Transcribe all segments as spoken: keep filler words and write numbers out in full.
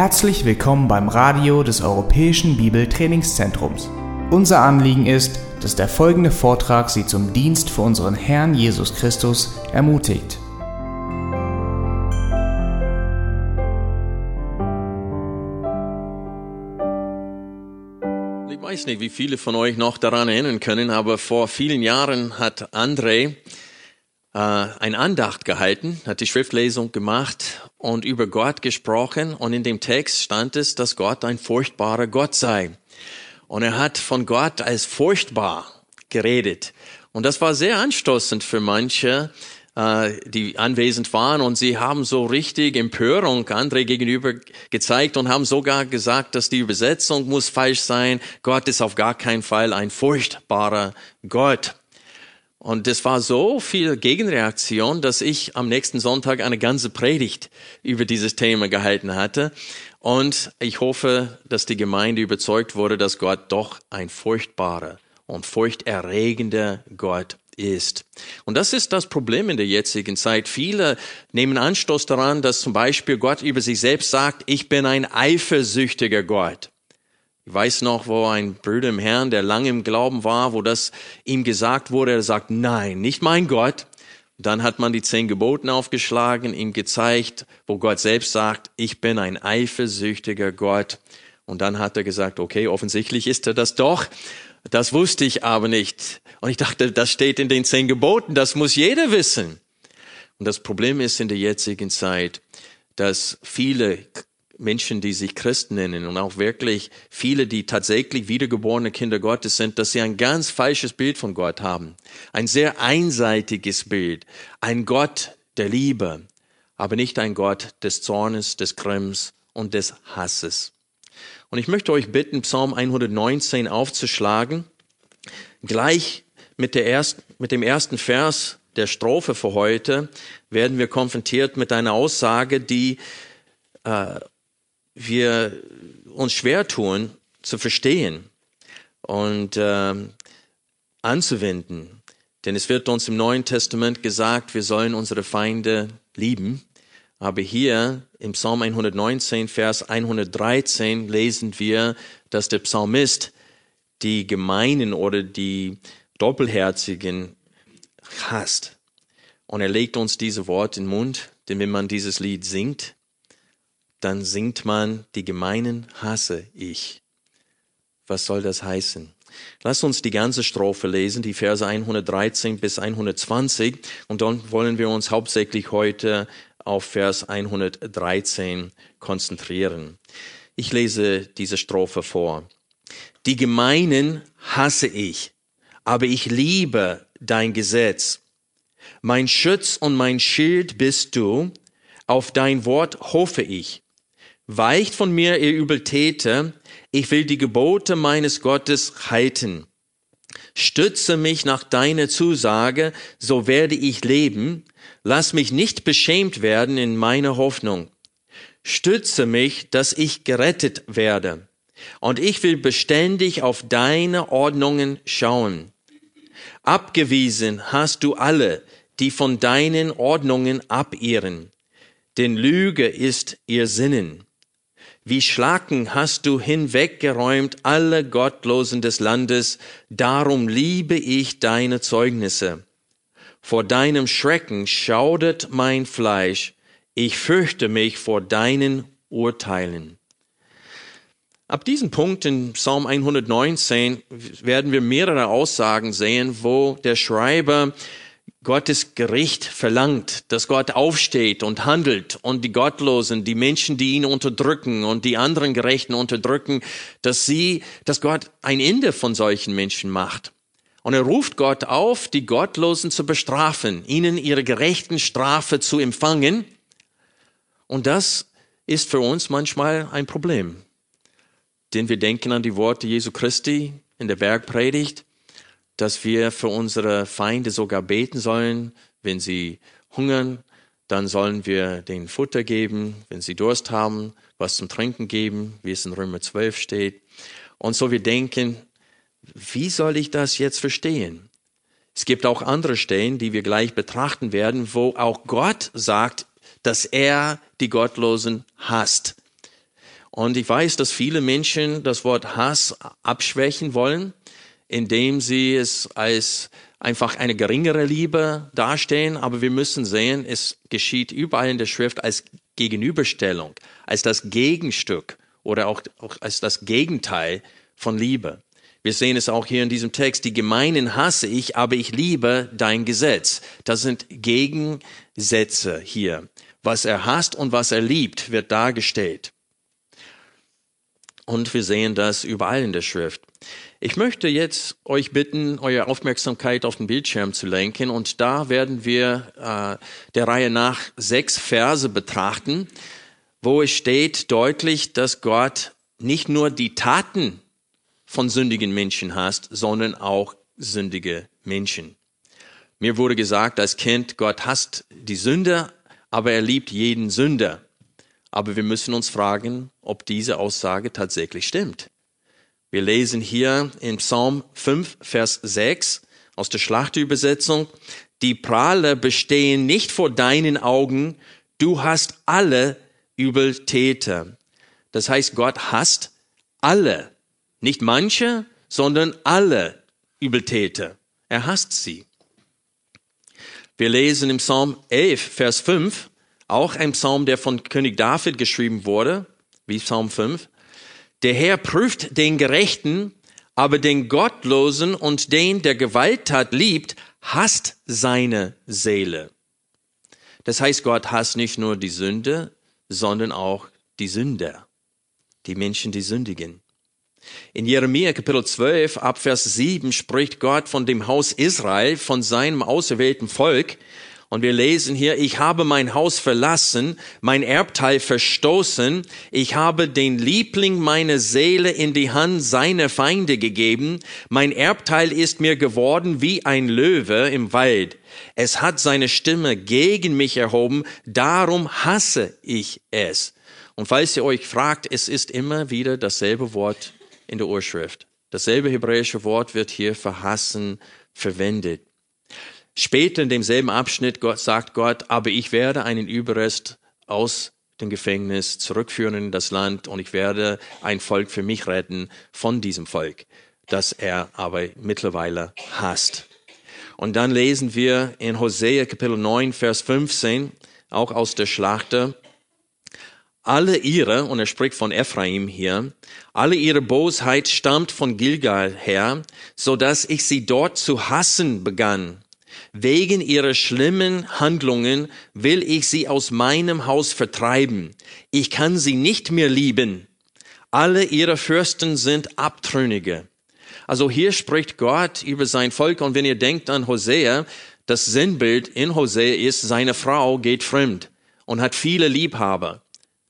Herzlich willkommen beim Radio des Europäischen Bibeltrainingszentrums. Unser Anliegen ist, dass der folgende Vortrag Sie zum Dienst für unseren Herrn Jesus Christus ermutigt. Ich weiß nicht, wie viele von euch noch daran erinnern können, aber vor vielen Jahren hat André äh, eine Andacht gehalten, hat die Schriftlesung gemacht und über Gott gesprochen. Und in dem Text stand es, dass Gott ein furchtbarer Gott sei. Und er hat von Gott als furchtbar geredet. Und das war sehr anstoßend für manche, äh, die anwesend waren. Und sie haben so richtig Empörung André gegenüber gezeigt und haben sogar gesagt, dass die Übersetzung muss falsch sein. Gott ist auf gar keinen Fall ein furchtbarer Gott. Und es war so viel Gegenreaktion, dass ich am nächsten Sonntag eine ganze Predigt über dieses Thema gehalten hatte. Und ich hoffe, dass die Gemeinde überzeugt wurde, dass Gott doch ein furchtbarer und furchterregender Gott ist. Und das ist das Problem in der jetzigen Zeit. Viele nehmen Anstoß daran, dass zum Beispiel Gott über sich selbst sagt, ich bin ein eifersüchtiger Gott. Ich weiß noch, wo ein Bruder im Herrn, der lange im Glauben war, wo das ihm gesagt wurde, er sagt, nein, nicht mein Gott. Dann hat man die zehn Geboten aufgeschlagen, ihm gezeigt, wo Gott selbst sagt, ich bin ein eifersüchtiger Gott. Und dann hat er gesagt, okay, offensichtlich ist er das doch. Das wusste ich aber nicht. Und ich dachte, das steht in den zehn Geboten, das muss jeder wissen. Und das Problem ist in der jetzigen Zeit, dass viele Menschen, die sich Christen nennen und auch wirklich viele, die tatsächlich wiedergeborene Kinder Gottes sind, dass sie ein ganz falsches Bild von Gott haben. Ein sehr einseitiges Bild. Ein Gott der Liebe, aber nicht ein Gott des Zornes, des Grimms und des Hasses. Und ich möchte euch bitten, Psalm hundertneunzehn aufzuschlagen. Gleich mit, der ersten, mit dem ersten Vers der Strophe für heute werden wir konfrontiert mit einer Aussage, die äh, wir uns schwer tun zu verstehen und äh, anzuwenden. Denn es wird uns im Neuen Testament gesagt, wir sollen unsere Feinde lieben. Aber hier im Psalm hundertneunzehn, Vers hundertdreizehn lesen wir, dass der Psalmist die Gemeinen oder die Doppelherzigen hasst. Und er legt uns diese Worte in den Mund, denn wenn man dieses Lied singt, dann singt man, die Gemeinen hasse ich. Was soll das heißen? Lass uns die ganze Strophe lesen, die Verse hundertdreizehn bis hundertzwanzig. Und dann wollen wir uns hauptsächlich heute auf Vers hundertdreizehn konzentrieren. Ich lese diese Strophe vor. Die Gemeinen hasse ich, aber ich liebe dein Gesetz. Mein Schutz und mein Schild bist du, auf dein Wort hoffe ich. Weicht von mir, ihr Übeltäter, ich will die Gebote meines Gottes halten. Stütze mich nach deiner Zusage, so werde ich leben. Lass mich nicht beschämt werden in meiner Hoffnung. Stütze mich, dass ich gerettet werde. Und ich will beständig auf deine Ordnungen schauen. Abgewiesen hast du alle, die von deinen Ordnungen abirren. Denn Lüge ist ihr Sinnen. Wie Schlacken hast du hinweggeräumt alle Gottlosen des Landes, darum liebe ich deine Zeugnisse. Vor deinem Schrecken schaudert mein Fleisch, ich fürchte mich vor deinen Urteilen. Ab diesem Punkt in Psalm hundertneunzehn werden wir mehrere Aussagen sehen, wo der Schreiber Gottes Gericht verlangt, dass Gott aufsteht und handelt und die Gottlosen, die Menschen, die ihn unterdrücken und die anderen Gerechten unterdrücken, dass sie, dass Gott ein Ende von solchen Menschen macht. Und er ruft Gott auf, die Gottlosen zu bestrafen, ihnen ihre gerechten Strafe zu empfangen. Und das ist für uns manchmal ein Problem. Denn wir denken an die Worte Jesu Christi in der Bergpredigt, dass wir für unsere Feinde sogar beten sollen. Wenn sie hungern, dann sollen wir denen Futter geben. Wenn sie Durst haben, was zum Trinken geben, wie es in Römer zwölf steht. Und so wir denken, wie soll ich das jetzt verstehen? Es gibt auch andere Stellen, die wir gleich betrachten werden, wo auch Gott sagt, dass er die Gottlosen hasst. Und ich weiß, dass viele Menschen das Wort Hass abschwächen wollen, indem sie es als einfach eine geringere Liebe darstellen. Aber wir müssen sehen, es geschieht überall in der Schrift als Gegenüberstellung, als das Gegenstück oder auch, auch als das Gegenteil von Liebe. Wir sehen es auch hier in diesem Text, die Gemeinen hasse ich, aber ich liebe dein Gesetz. Das sind Gegensätze hier. Was er hasst und was er liebt, wird dargestellt. Und wir sehen das überall in der Schrift. Ich möchte jetzt euch bitten, eure Aufmerksamkeit auf den Bildschirm zu lenken. Und da werden wir äh, der Reihe nach sechs Verse betrachten, wo es steht deutlich, dass Gott nicht nur die Taten von sündigen Menschen hasst, sondern auch sündige Menschen. Mir wurde gesagt als Kind, Gott hasst die Sünde, aber er liebt jeden Sünder. Aber wir müssen uns fragen, ob diese Aussage tatsächlich stimmt. Wir lesen hier in Psalm fünf, Vers sechs aus der Schlachterübersetzung, die Prahler bestehen nicht vor deinen Augen, du hast alle Übeltäter. Das heißt, Gott hasst alle, nicht manche, sondern alle Übeltäter. Er hasst sie. Wir lesen im Psalm elf, Vers fünf, auch ein Psalm, der von König David geschrieben wurde, wie Psalm fünf. Der Herr prüft den Gerechten, aber den Gottlosen und den, der Gewalttat liebt, hasst seine Seele. Das heißt, Gott hasst nicht nur die Sünde, sondern auch die Sünder, die Menschen, die sündigen. In Jeremia Kapitel zwölf, ab Vers sieben spricht Gott von dem Haus Israel, von seinem auserwählten Volk. Und wir lesen hier, ich habe mein Haus verlassen, mein Erbteil verstoßen, ich habe den Liebling meiner Seele in die Hand seiner Feinde gegeben, mein Erbteil ist mir geworden wie ein Löwe im Wald. Es hat seine Stimme gegen mich erhoben, darum hasse ich es. Und falls ihr euch fragt, es ist immer wieder dasselbe Wort in der Urschrift. Dasselbe hebräische Wort wird hier für hassen verwendet. Später in demselben Abschnitt Gott, sagt Gott, aber ich werde einen Überrest aus dem Gefängnis zurückführen in das Land und ich werde ein Volk für mich retten von diesem Volk, das er aber mittlerweile hasst. Und dann lesen wir in Hosea Kapitel neun, Vers fünfzehn, auch aus der Schlachter, alle ihre, und er spricht von Ephraim hier, alle ihre Bosheit stammt von Gilgal her, so dass ich sie dort zu hassen begann. Wegen ihrer schlimmen Handlungen will ich sie aus meinem Haus vertreiben. Ich kann sie nicht mehr lieben. Alle ihre Fürsten sind Abtrünnige. Also hier spricht Gott über sein Volk. Und wenn ihr denkt an Hosea, das Sinnbild in Hosea ist, seine Frau geht fremd und hat viele Liebhaber.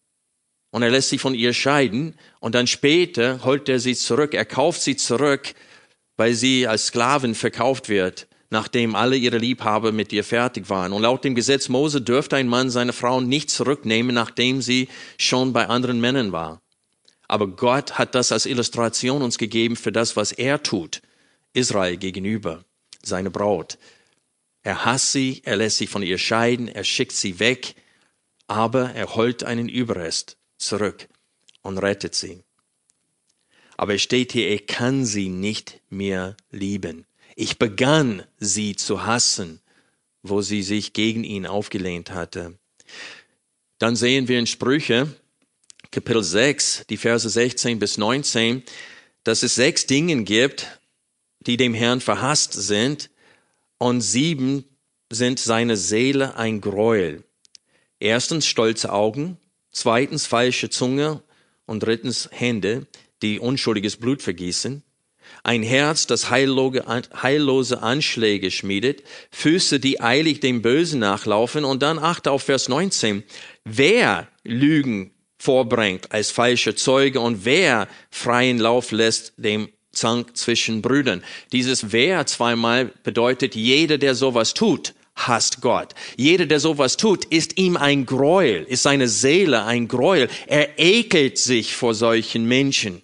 Und er lässt sich von ihr scheiden. Und dann später holt er sie zurück. Er kauft sie zurück, weil sie als Sklavin verkauft wird, nachdem alle ihre Liebhaber mit ihr fertig waren. Und laut dem Gesetz Mose dürfte ein Mann seine Frau nicht zurücknehmen, nachdem sie schon bei anderen Männern war. Aber Gott hat das als Illustration uns gegeben für das, was er tut, Israel gegenüber, seine Braut. Er hasst sie, er lässt sich von ihr scheiden, er schickt sie weg, aber er holt einen Überrest zurück und rettet sie. Aber es steht hier, er kann sie nicht mehr lieben. Ich begann, sie zu hassen, wo sie sich gegen ihn aufgelehnt hatte. Dann sehen wir in Sprüche, Kapitel sechs, die Verse sechzehn bis neunzehn, dass es sechs Dinge gibt, die dem Herrn verhasst sind, und sieben sind seine Seele ein Gräuel. Erstens stolze Augen, zweitens falsche Zunge und drittens Hände, die unschuldiges Blut vergießen. Ein Herz, das heillose Anschläge schmiedet, Füße, die eilig dem Bösen nachlaufen. Und dann achte auf Vers neunzehn. Wer Lügen vorbringt als falscher Zeuge und wer freien Lauf lässt dem Zank zwischen Brüdern. Dieses wer zweimal bedeutet, jeder, der sowas tut, hasst Gott. Jeder, der sowas tut, ist ihm ein Gräuel, ist seine Seele ein Gräuel. Er ekelt sich vor solchen Menschen.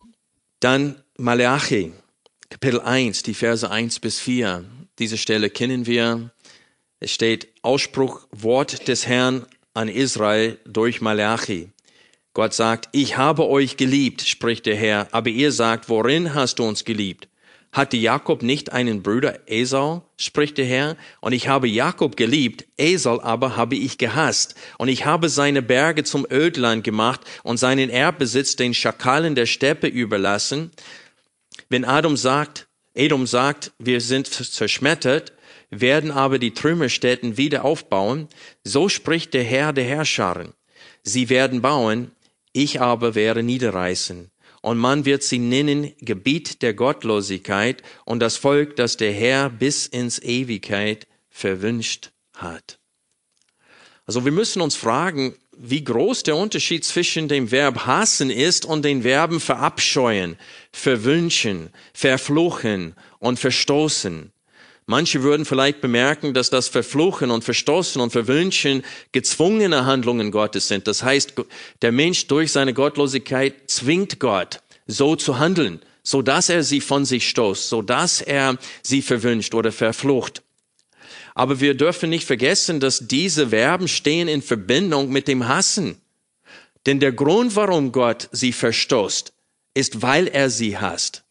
Dann Malachi, Kapitel eins, die Verse eins bis vier. Diese Stelle kennen wir. Es steht Ausspruch, Wort des Herrn an Israel durch Malachi. Gott sagt, ich habe euch geliebt, spricht der Herr, aber ihr sagt, worin hast du uns geliebt? Hatte Jakob nicht einen Bruder Esau, spricht der Herr, und ich habe Jakob geliebt, Esau aber habe ich gehasst, und ich habe seine Berge zum Ödland gemacht und seinen Erbbesitz den Schakalen der Steppe überlassen. Wenn Adam sagt, Edom sagt, wir sind zerschmettert, werden aber die Trümmerstätten wieder aufbauen, so spricht der Herr der Herrscharen. Sie werden bauen, ich aber werde niederreißen. Und man wird sie nennen Gebiet der Gottlosigkeit und das Volk, das der Herr bis ins Ewigkeit verwünscht hat. Also wir müssen uns fragen, wie groß der Unterschied zwischen dem Verb hassen ist und den Verben verabscheuen, verwünschen, verfluchen und verstoßen. Manche würden vielleicht bemerken, dass das Verfluchen und Verstoßen und Verwünschen gezwungene Handlungen Gottes sind. Das heißt, der Mensch durch seine Gottlosigkeit zwingt Gott, so zu handeln, so dass er sie von sich stoßt, so dass er sie verwünscht oder verflucht. Aber wir dürfen nicht vergessen, dass diese Verben stehen in Verbindung mit dem Hassen. Denn der Grund, warum Gott sie verstoßt, ist, weil er sie hasst.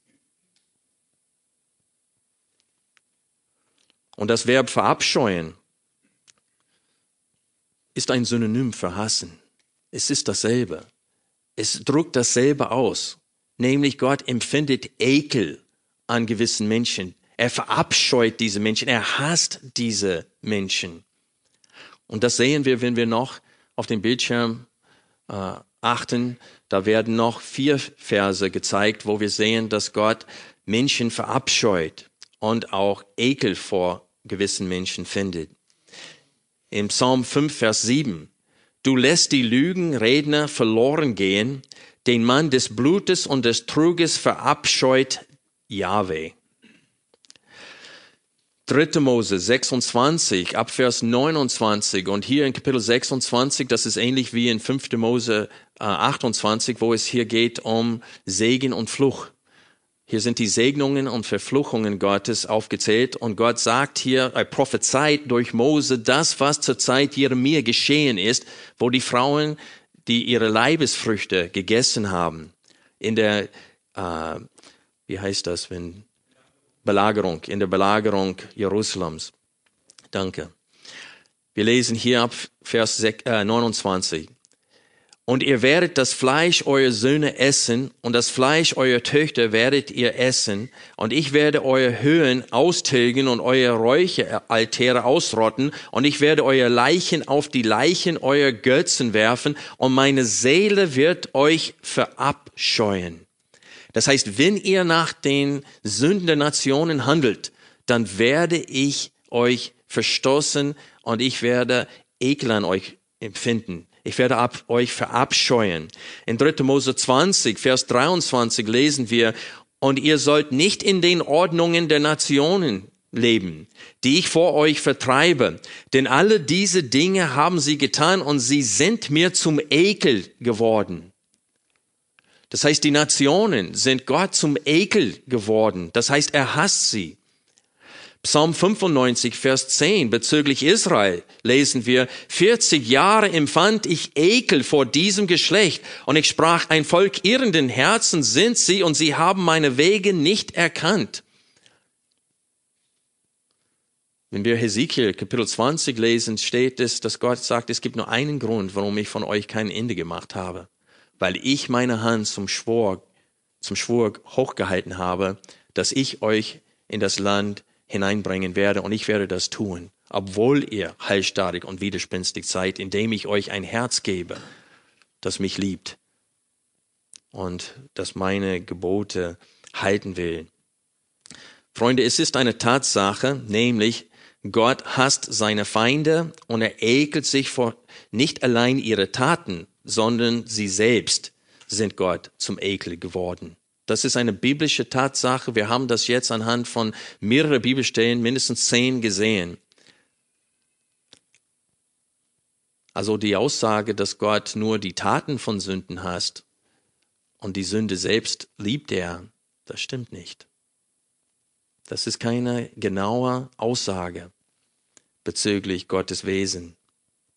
Und das Verb verabscheuen ist ein Synonym für hassen. Es ist dasselbe. Es drückt dasselbe aus. Nämlich Gott empfindet Ekel an gewissen Menschen. Er verabscheut diese Menschen. Er hasst diese Menschen. Und das sehen wir, wenn wir noch auf dem Bildschirm äh, achten. Da werden noch vier Verse gezeigt, wo wir sehen, dass Gott Menschen verabscheut und auch Ekel vor gewissen Menschen findet. Im Psalm fünf, Vers sieben. Du lässt die Lügenredner verloren gehen, den Mann des Blutes und des Truges verabscheut Jahwe. dritter Mose sechsundzwanzig, ab Vers neunundzwanzig. Und hier in Kapitel sechsundzwanzig, das ist ähnlich wie in fünfter Mose äh, achtundzwanzig, wo es hier geht um Segen und Fluch. Hier sind die Segnungen und Verfluchungen Gottes aufgezählt und Gott sagt hier, er prophezeit durch Mose das, was zur Zeit Jeremia geschehen ist, wo die Frauen, die ihre Leibesfrüchte gegessen haben, in der, äh, wie heißt das, wenn Belagerung, in der Belagerung Jerusalems. Danke. Wir lesen hier ab Vers neunundzwanzig. Und ihr werdet das Fleisch eurer Söhne essen, und das Fleisch eurer Töchter werdet ihr essen, und ich werde eure Höhen austilgen und eure Räucheraltäre ausrotten, und ich werde eure Leichen auf die Leichen eurer Götzen werfen, und meine Seele wird euch verabscheuen. Das heißt, wenn ihr nach den Sünden der Nationen handelt, dann werde ich euch verstoßen, und ich werde Ekel an euch empfinden. Ich werde ab, euch verabscheuen. In dritter Mose zwanzig, Vers dreiundzwanzig lesen wir, und ihr sollt nicht in den Ordnungen der Nationen leben, die ich vor euch vertreibe. Denn alle diese Dinge haben sie getan und sie sind mir zum Ekel geworden. Das heißt, die Nationen sind Gott zum Ekel geworden. Das heißt, er hasst sie. Psalm fünfundneunzig, Vers zehn, bezüglich Israel lesen wir, vierzig Jahre empfand ich Ekel vor diesem Geschlecht, und ich sprach, ein Volk irrenden Herzen sind sie, und sie haben meine Wege nicht erkannt. Wenn wir Hesekiel Kapitel zwanzig lesen, steht es, dass Gott sagt, es gibt nur einen Grund, warum ich von euch kein Ende gemacht habe, weil ich meine Hand zum Schwur, zum Schwur hochgehalten habe, dass ich euch in das Land hineinbringen werde, und ich werde das tun, obwohl ihr halsstarrig und widerspenstig seid, indem ich euch ein Herz gebe, das mich liebt und das meine Gebote halten will. Freunde, es ist eine Tatsache, nämlich Gott hasst seine Feinde und er ekelt sich vor nicht allein ihre Taten, sondern sie selbst sind Gott zum Ekel geworden. Das ist eine biblische Tatsache. Wir haben das jetzt anhand von mehreren Bibelstellen, mindestens zehn, gesehen. Also die Aussage, dass Gott nur die Taten von Sünden hasst und die Sünde selbst liebt er, das stimmt nicht. Das ist keine genaue Aussage bezüglich Gottes Wesen.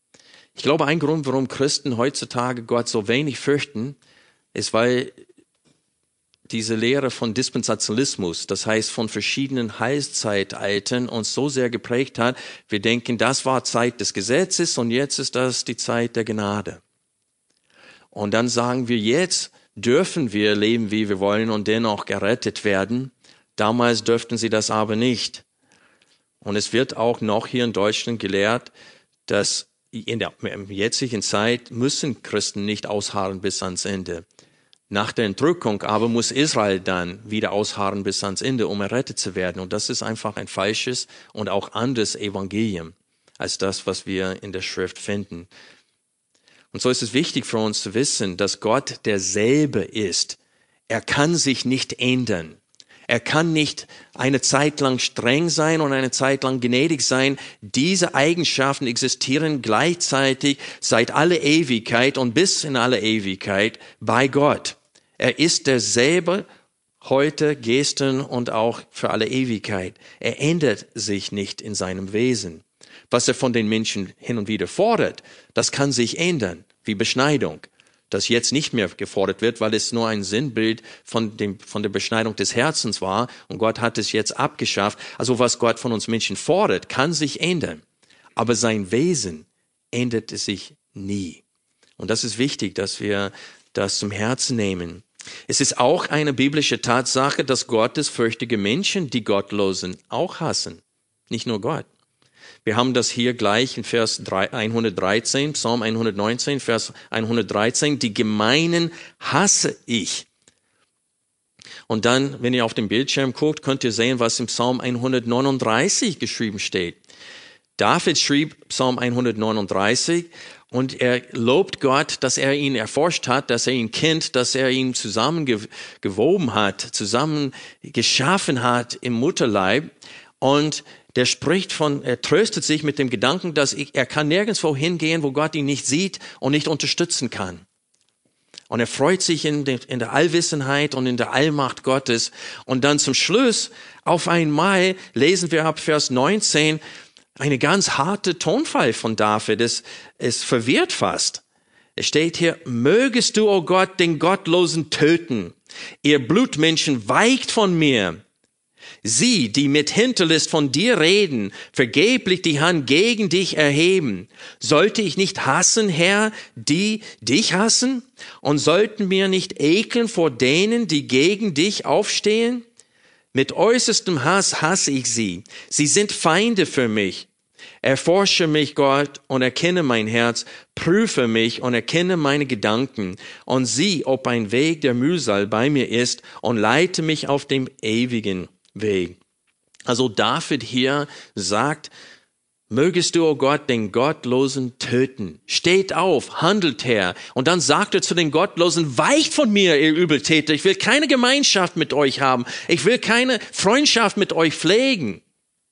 Ich glaube, ein Grund, warum Christen heutzutage Gott so wenig fürchten, ist, weil diese Lehre von Dispensationalismus, das heißt von verschiedenen Heilszeitaltern, uns so sehr geprägt hat, wir denken, das war Zeit des Gesetzes und jetzt ist das die Zeit der Gnade. Und dann sagen wir, jetzt dürfen wir leben, wie wir wollen und dennoch gerettet werden. Damals dürften sie das aber nicht. Und es wird auch noch hier in Deutschland gelehrt, dass in der jetzigen Zeit müssen Christen nicht ausharren bis ans Ende. Nach der Entrückung aber muss Israel dann wieder ausharren bis ans Ende, um errettet zu werden. Und das ist einfach ein falsches und auch anderes Evangelium als das, was wir in der Schrift finden. Und so ist es wichtig für uns zu wissen, dass Gott derselbe ist. Er kann sich nicht ändern. Er kann nicht eine Zeit lang streng sein und eine Zeit lang gnädig sein. Diese Eigenschaften existieren gleichzeitig seit aller Ewigkeit und bis in alle Ewigkeit bei Gott. Er ist derselbe heute, gestern und auch für alle Ewigkeit. Er ändert sich nicht in seinem Wesen. Was er von den Menschen hin und wieder fordert, das kann sich ändern, wie Beschneidung, das jetzt nicht mehr gefordert wird, weil es nur ein Sinnbild von dem, von der Beschneidung des Herzens war und Gott hat es jetzt abgeschafft. Also was Gott von uns Menschen fordert, kann sich ändern, aber sein Wesen ändert es sich nie. Und das ist wichtig, dass wir das zum Herzen nehmen. Es ist auch eine biblische Tatsache, dass gottesfürchtige Menschen die Gottlosen auch hassen, nicht nur Gott. Wir haben das hier gleich in Vers hundertdreizehn, Psalm hundertneunzehn, Vers hundertdreizehn. Die Gemeinen hasse ich. Und dann, wenn ihr auf dem Bildschirm guckt, könnt ihr sehen, was im Psalm hundertneununddreißig geschrieben steht. David schrieb Psalm hundertneununddreißig und er lobt Gott, dass er ihn erforscht hat, dass er ihn kennt, dass er ihn zusammengewoben hat, zusammen geschaffen hat im Mutterleib. Und der spricht von, er tröstet sich mit dem Gedanken, dass ich, er kann nirgendwo hingehen, wo Gott ihn nicht sieht und nicht unterstützen kann. Und er freut sich in, de, in der Allwissenheit und in der Allmacht Gottes. Und dann zum Schluss, auf einmal, lesen wir ab Vers neunzehn, eine ganz harte Tonfall von David. Es, es verwirrt fast. Es steht hier, mögest du, o Gott, den Gottlosen töten. Ihr Blutmenschen, weicht von mir. Sie, die mit Hinterlist von dir reden, vergeblich die Hand gegen dich erheben. Sollte ich nicht hassen, Herr, die dich hassen? Und sollten mir nicht ekeln vor denen, die gegen dich aufstehen? Mit äußerstem Hass hasse ich sie. Sie sind Feinde für mich. Erforsche mich, Gott, und erkenne mein Herz. Prüfe mich und erkenne meine Gedanken. Und sieh, ob ein Weg der Mühsal bei mir ist, und leite mich auf dem ewigen Weg. Also David hier sagt, mögest du, o Gott, den Gottlosen töten. Steht auf, handelt Herr. Und dann sagt er zu den Gottlosen, weicht von mir, ihr Übeltäter. Ich will keine Gemeinschaft mit euch haben. Ich will keine Freundschaft mit euch pflegen.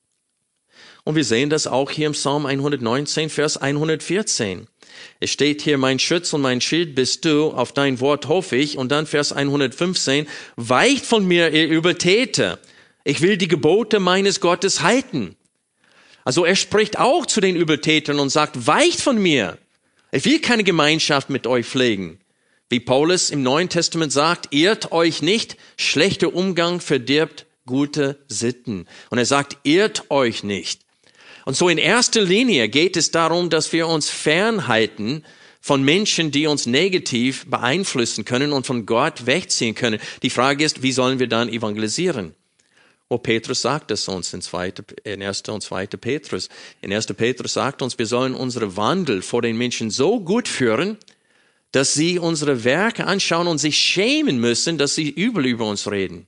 Und wir sehen das auch hier im Psalm hundertneunzehn, Vers hundertvierzehn. Es steht hier, mein Schutz und mein Schild bist du, auf dein Wort hoffe ich. Und dann Vers hundertfünfzehn, weicht von mir, ihr Übeltäter. Ich will die Gebote meines Gottes halten. Also er spricht auch zu den Übeltätern und sagt, weicht von mir. Ich will keine Gemeinschaft mit euch pflegen. Wie Paulus im Neuen Testament sagt, irrt euch nicht, schlechter Umgang verdirbt gute Sitten. Und er sagt, irrt euch nicht. Und so in erster Linie geht es darum, dass wir uns fernhalten von Menschen, die uns negativ beeinflussen können und von Gott wegziehen können. Die Frage ist, wie sollen wir dann evangelisieren? Oh, Petrus sagt es uns in, zweite, in erster und zweiter Petrus. In erster Petrus sagt uns, wir sollen unsere Wandel vor den Menschen so gut führen, dass sie unsere Werke anschauen und sich schämen müssen, dass sie übel über uns reden.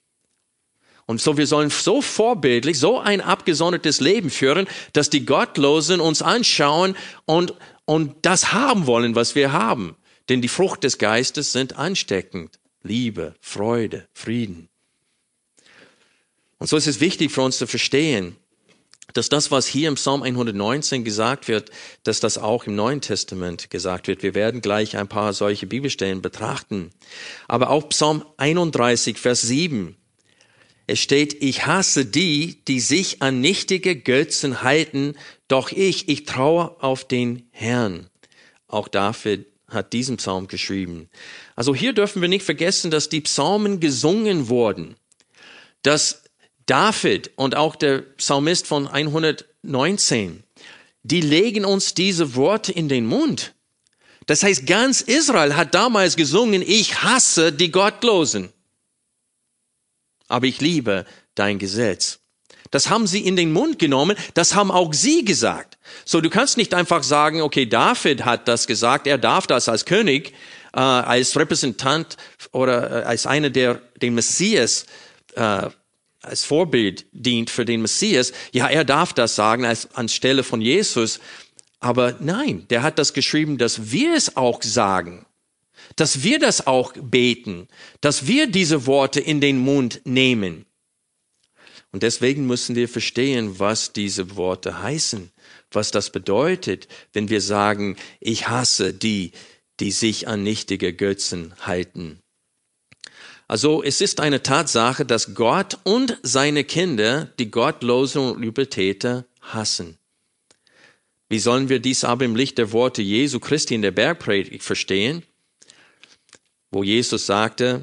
Und so, wir sollen so vorbildlich, so ein abgesondertes Leben führen, dass die Gottlosen uns anschauen und, und das haben wollen, was wir haben. Denn die Frucht des Geistes sind ansteckend. Liebe, Freude, Frieden. Und so ist es wichtig für uns zu verstehen, dass das, was hier im Psalm hundertneunzehn gesagt wird, dass das auch im Neuen Testament gesagt wird. Wir werden gleich ein paar solche Bibelstellen betrachten. Aber auch Psalm einunddreißig, Vers sieben. Es steht, ich hasse die, die sich an nichtige Götzen halten, doch ich, ich traue auf den Herrn. Auch David hat diesen Psalm geschrieben. Also hier dürfen wir nicht vergessen, dass die Psalmen gesungen wurden. Dass David und auch der Psalmist von hundertneunzehn, die legen uns diese Worte in den Mund. Das heißt, ganz Israel hat damals gesungen, ich hasse die Gottlosen, aber ich liebe dein Gesetz. Das haben sie in den Mund genommen, das haben auch sie gesagt. So, du kannst nicht einfach sagen, okay, David hat das gesagt, er darf das als König, äh, als Repräsentant oder äh, als einer, der den Messias äh, als Vorbild dient für den Messias. Ja, er darf das sagen als anstelle von Jesus. Aber nein, der hat das geschrieben, dass wir es auch sagen, dass wir das auch beten, dass wir diese Worte in den Mund nehmen. Und deswegen müssen wir verstehen, was diese Worte heißen, was das bedeutet, wenn wir sagen, ich hasse die, die sich an nichtige Götzen halten. Also es ist eine Tatsache, dass Gott und seine Kinder die Gottlosen und Übeltäter hassen. Wie sollen wir dies aber im Licht der Worte Jesu Christi in der Bergpredigt verstehen, wo Jesus sagte,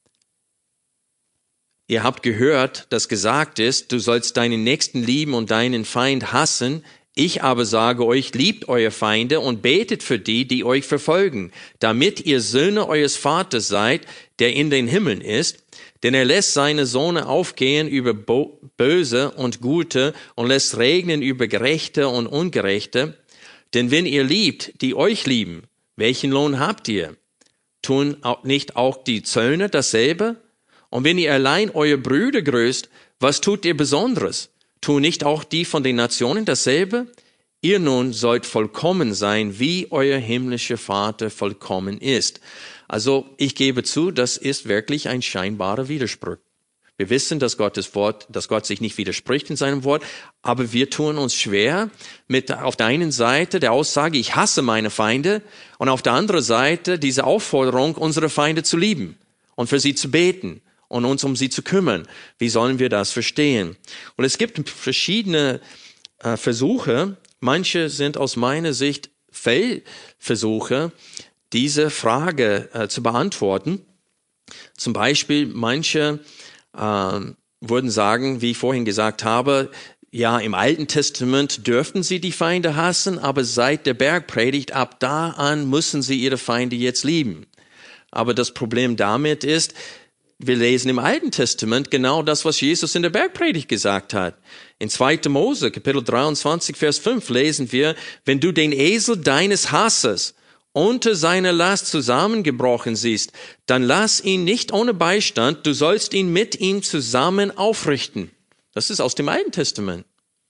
ihr habt gehört, dass gesagt ist, du sollst deinen Nächsten lieben und deinen Feind hassen. Ich aber sage euch, liebt eure Feinde und betet für die, die euch verfolgen, damit ihr Söhne eures Vaters seid, der in den Himmeln ist. Denn er lässt seine Sonne aufgehen über Böse und Gute und lässt regnen über Gerechte und Ungerechte. Denn wenn ihr liebt, die euch lieben, welchen Lohn habt ihr? Tun auch nicht auch die Zöllner dasselbe? Und wenn ihr allein eure Brüder grüßt, was tut ihr Besonderes? Tun nicht auch die von den Nationen dasselbe? Ihr nun sollt vollkommen sein, wie euer himmlischer Vater vollkommen ist. Also ich gebe zu, das ist wirklich ein scheinbarer Widerspruch. Wir wissen, dass Gottes Wort, dass Gott sich nicht widerspricht in seinem Wort, aber wir tun uns schwer mit auf der einen Seite der Aussage, ich hasse meine Feinde, und auf der anderen Seite diese Aufforderung, unsere Feinde zu lieben und für sie zu beten und uns um sie zu kümmern. Wie sollen wir das verstehen? Und es gibt verschiedene äh, Versuche, manche sind aus meiner Sicht Fehlversuche, diese Frage äh, zu beantworten. Zum Beispiel manche äh, würden sagen, wie ich vorhin gesagt habe, ja, im Alten Testament dürften sie die Feinde hassen, aber seit der Bergpredigt ab da an müssen sie ihre Feinde jetzt lieben. Aber das Problem damit ist, wir lesen im Alten Testament genau das, was Jesus in der Bergpredigt gesagt hat. In zweiter Mose, Kapitel dreiundzwanzig, Vers fünf lesen wir, wenn du den Esel deines Hasses unter seiner Last zusammengebrochen siehst, dann lass ihn nicht ohne Beistand, du sollst ihn mit ihm zusammen aufrichten. Das ist aus dem Alten Testament.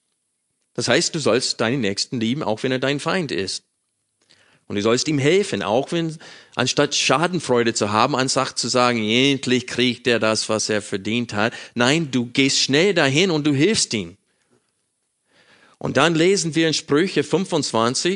Das heißt, du sollst deinen Nächsten lieben, auch wenn er dein Feind ist. Und du sollst ihm helfen, auch wenn, anstatt Schadenfreude zu haben, anstatt zu sagen, endlich kriegt er das, was er verdient hat. Nein, du gehst schnell dahin und du hilfst ihm. Und dann lesen wir in Sprüche fünfundzwanzig,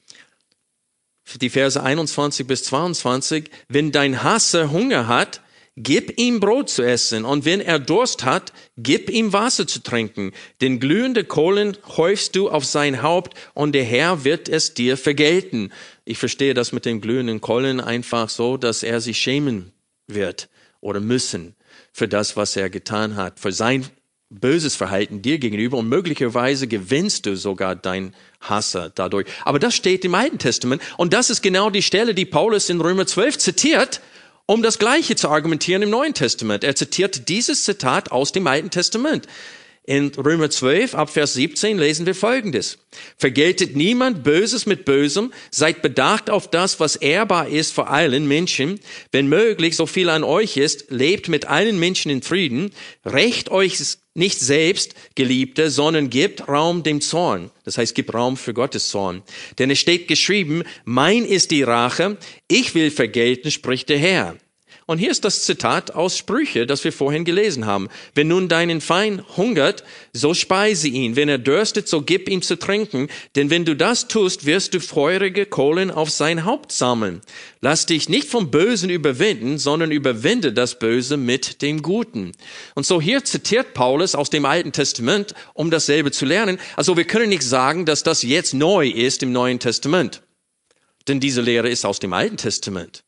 die Verse einundzwanzig bis zweiundzwanzig, wenn dein Hasser Hunger hat, gib ihm Brot zu essen, und wenn er Durst hat, gib ihm Wasser zu trinken. Denn glühende Kohlen häufst du auf sein Haupt, und der Herr wird es dir vergelten. Ich verstehe das mit den glühenden Kohlen einfach so, dass er sich schämen wird oder müssen für das, was er getan hat, für sein böses Verhalten dir gegenüber, und möglicherweise gewinnst du sogar dein Hasser dadurch. Aber das steht im Alten Testament, und das ist genau die Stelle, die Paulus in Römer zwölf zitiert, um das Gleiche zu argumentieren im Neuen Testament. Er zitiert dieses Zitat aus dem Alten Testament. In Römer zwölf, ab Vers siebzehn, lesen wir Folgendes. Vergeltet niemand Böses mit Bösem, seid bedacht auf das, was ehrbar ist vor allen Menschen. Wenn möglich, so viel an euch ist, lebt mit allen Menschen in Frieden. Rächt euch nicht selbst, Geliebte, sondern gebt Raum dem Zorn. Das heißt, gebt Raum für Gottes Zorn. Denn es steht geschrieben, mein ist die Rache, ich will vergelten, spricht der Herr. Und hier ist das Zitat aus Sprüche, das wir vorhin gelesen haben. Wenn nun deinen Feind hungert, so speise ihn. Wenn er dürstet, so gib ihm zu trinken. Denn wenn du das tust, wirst du feurige Kohlen auf sein Haupt sammeln. Lass dich nicht vom Bösen überwinden, sondern überwinde das Böse mit dem Guten. Und so hier zitiert Paulus aus dem Alten Testament, um dasselbe zu lernen. Also wir können nicht sagen, dass das jetzt neu ist im Neuen Testament. Denn diese Lehre ist aus dem Alten Testament.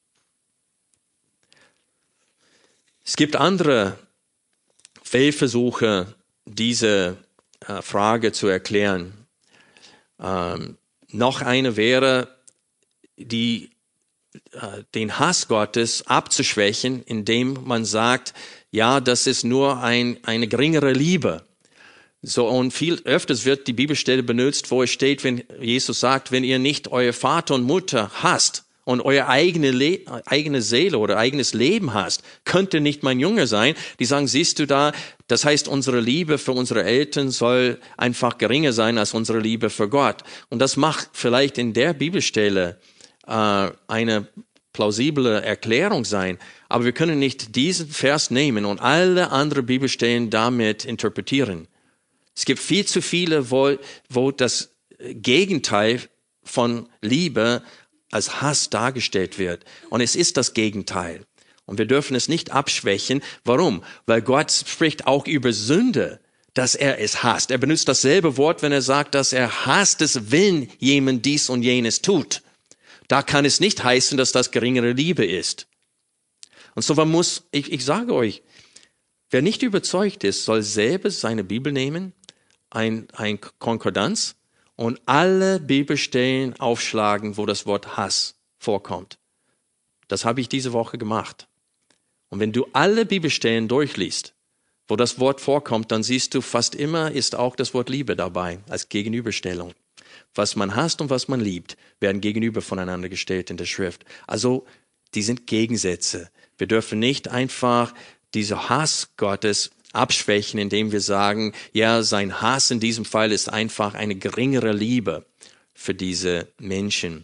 Es gibt andere Fehlversuche, diese äh, Frage zu erklären. Ähm, noch eine wäre, die, äh, den Hass Gottes abzuschwächen, indem man sagt, ja, das ist nur ein, eine geringere Liebe. So, und viel öfters wird die Bibelstelle benutzt, wo es steht, wenn Jesus sagt, wenn ihr nicht euer Vater und Mutter hasst, und euer eigene, Le- eigene Seele oder eigenes Leben hast, könnt ihr nicht mein Junge sein. Die sagen, siehst du da, das heißt, unsere Liebe für unsere Eltern soll einfach geringer sein als unsere Liebe für Gott. Und das macht vielleicht in der Bibelstelle äh, eine plausible Erklärung sein. Aber wir können nicht diesen Vers nehmen und alle anderen Bibelstellen damit interpretieren. Es gibt viel zu viele, wo, wo das Gegenteil von Liebe als Hass dargestellt wird. Und es ist das Gegenteil. Und wir dürfen es nicht abschwächen. Warum? Weil Gott spricht auch über Sünde, dass er es hasst. Er benutzt dasselbe Wort, wenn er sagt, dass er hasst es, wenn jemand dies und jenes tut. Da kann es nicht heißen, dass das geringere Liebe ist. Und so man muss, ich, ich sage euch, wer nicht überzeugt ist, soll selber seine Bibel nehmen, ein, ein Konkordanz, und alle Bibelstellen aufschlagen, wo das Wort Hass vorkommt. Das habe ich diese Woche gemacht. Und wenn du alle Bibelstellen durchliest, wo das Wort vorkommt, dann siehst du, fast immer ist auch das Wort Liebe dabei, als Gegenüberstellung. Was man hasst und was man liebt, werden gegenüber voneinander gestellt in der Schrift. Also, die sind Gegensätze. Wir dürfen nicht einfach diese Hass Gottes abschwächen, indem wir sagen, ja, sein Hass in diesem Fall ist einfach eine geringere Liebe für diese Menschen.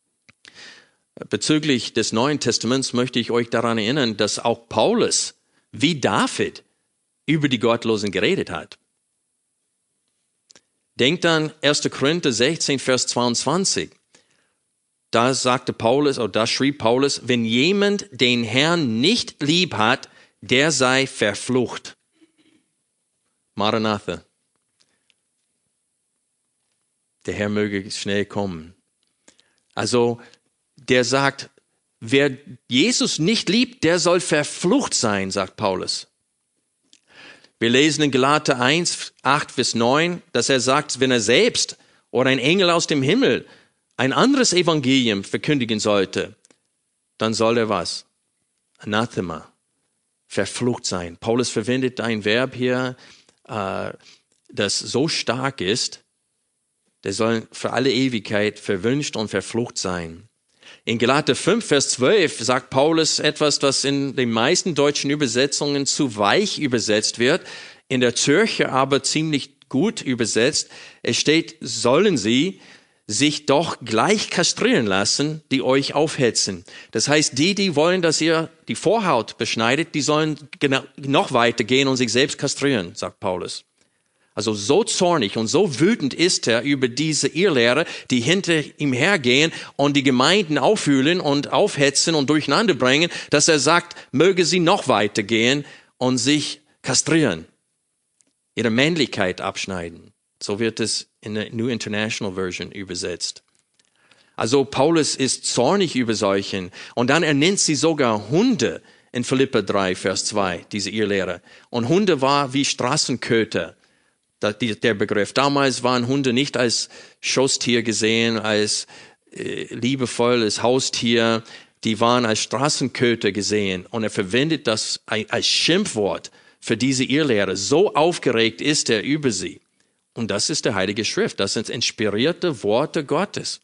Bezüglich des Neuen Testaments möchte ich euch daran erinnern, dass auch Paulus, wie David, über die Gottlosen geredet hat. Denkt an erster Korinther sechzehn, Vers zweiundzwanzig. Da sagte Paulus, oder da schrieb Paulus, wenn jemand den Herrn nicht lieb hat, der sei verflucht. Maranatha. Der Herr möge schnell kommen. Also, der sagt, wer Jesus nicht liebt, der soll verflucht sein, sagt Paulus. Wir lesen in Galater eins, acht bis neun, dass er sagt, wenn er selbst oder ein Engel aus dem Himmel ein anderes Evangelium verkündigen sollte, dann soll er was? Anathema. Verflucht sein. Paulus verwendet ein Verb hier, äh, das so stark ist, der soll für alle Ewigkeit verwünscht und verflucht sein. In Galater fünf, Vers zwölf sagt Paulus etwas, das in den meisten deutschen Übersetzungen zu weich übersetzt wird, in der Zürcher aber ziemlich gut übersetzt. Es steht, sollen sie sich doch gleich kastrieren lassen, die euch aufhetzen. Das heißt, die, die wollen, dass ihr die Vorhaut beschneidet, die sollen noch weiter gehen und sich selbst kastrieren, sagt Paulus. Also so zornig und so wütend ist er über diese Irrlehrer, die hinter ihm hergehen und die Gemeinden aufwühlen und aufhetzen und durcheinander bringen, dass er sagt, möge sie noch weiter gehen und sich kastrieren, ihre Männlichkeit abschneiden. So wird es in der New International Version übersetzt. Also Paulus ist zornig über solchen. Und dann er nennt sie sogar Hunde in Philipper drei, Vers zwei, diese Irrlehrer. Und Hunde war wie Straßenköter, der Begriff. Damals waren Hunde nicht als Schoßtier gesehen, als äh, liebevolles Haustier. Die waren als Straßenköter gesehen. Und er verwendet das als Schimpfwort für diese Irrlehrer. So aufgeregt ist er über sie. Und das ist der Heilige Schrift. Das sind inspirierte Worte Gottes.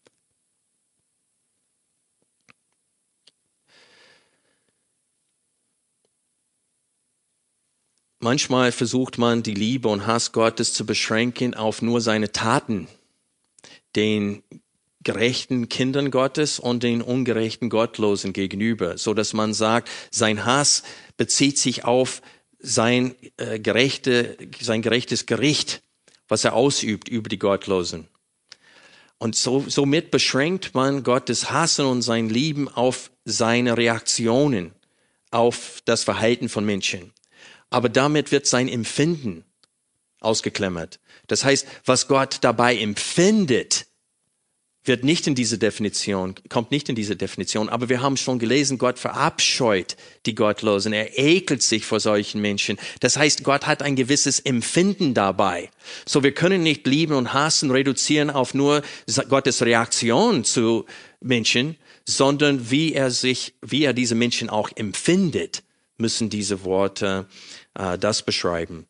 Manchmal versucht man, die Liebe und Hass Gottes zu beschränken auf nur seine Taten, den gerechten Kindern Gottes und den ungerechten Gottlosen gegenüber, so dass man sagt, sein Hass bezieht sich auf sein, äh, gerechte, sein gerechtes Gericht, was er ausübt über die Gottlosen. Und so, somit beschränkt man Gottes Hassen und sein Lieben auf seine Reaktionen, auf das Verhalten von Menschen. Aber damit wird sein Empfinden ausgeklammert. Das heißt, was Gott dabei empfindet, wird nicht in diese Definition, kommt nicht in diese Definition. Aber wir haben schon gelesen, Gott verabscheut die Gottlosen. Er ekelt sich vor solchen Menschen. Das heißt, Gott hat ein gewisses Empfinden dabei. So, wir können nicht Lieben und Hassen reduzieren auf nur Gottes Reaktion zu Menschen, sondern wie er sich, wie er diese Menschen auch empfindet, müssen diese Worte äh, das beschreiben.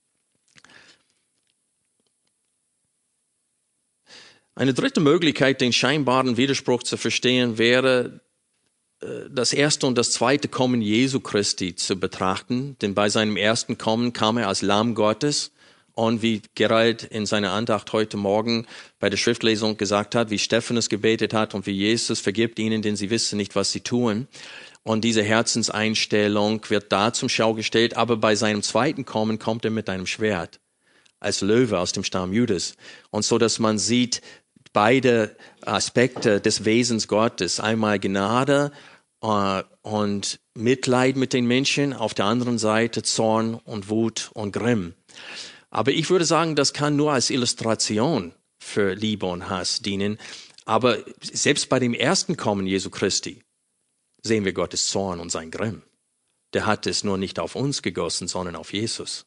Eine dritte Möglichkeit, den scheinbaren Widerspruch zu verstehen, wäre, das erste und das zweite Kommen Jesu Christi zu betrachten. Denn bei seinem ersten Kommen kam er als Lamm Gottes. Und wie Gerald in seiner Andacht heute Morgen bei der Schriftlesung gesagt hat, wie Stephanus gebetet hat und wie Jesus vergibt ihnen, denn sie wissen nicht, was sie tun. Und diese Herzenseinstellung wird da zum Schau gestellt. Aber bei seinem zweiten Kommen kommt er mit einem Schwert als Löwe aus dem Stamm Judas. Und so, dass man sieht, beide Aspekte des Wesens Gottes, einmal Gnade äh, und Mitleid mit den Menschen, auf der anderen Seite Zorn und Wut und Grimm. Aber ich würde sagen, das kann nur als Illustration für Liebe und Hass dienen. Aber selbst bei dem ersten Kommen Jesu Christi sehen wir Gottes Zorn und sein Grimm. Der hat es nur nicht auf uns gegossen, sondern auf Jesus.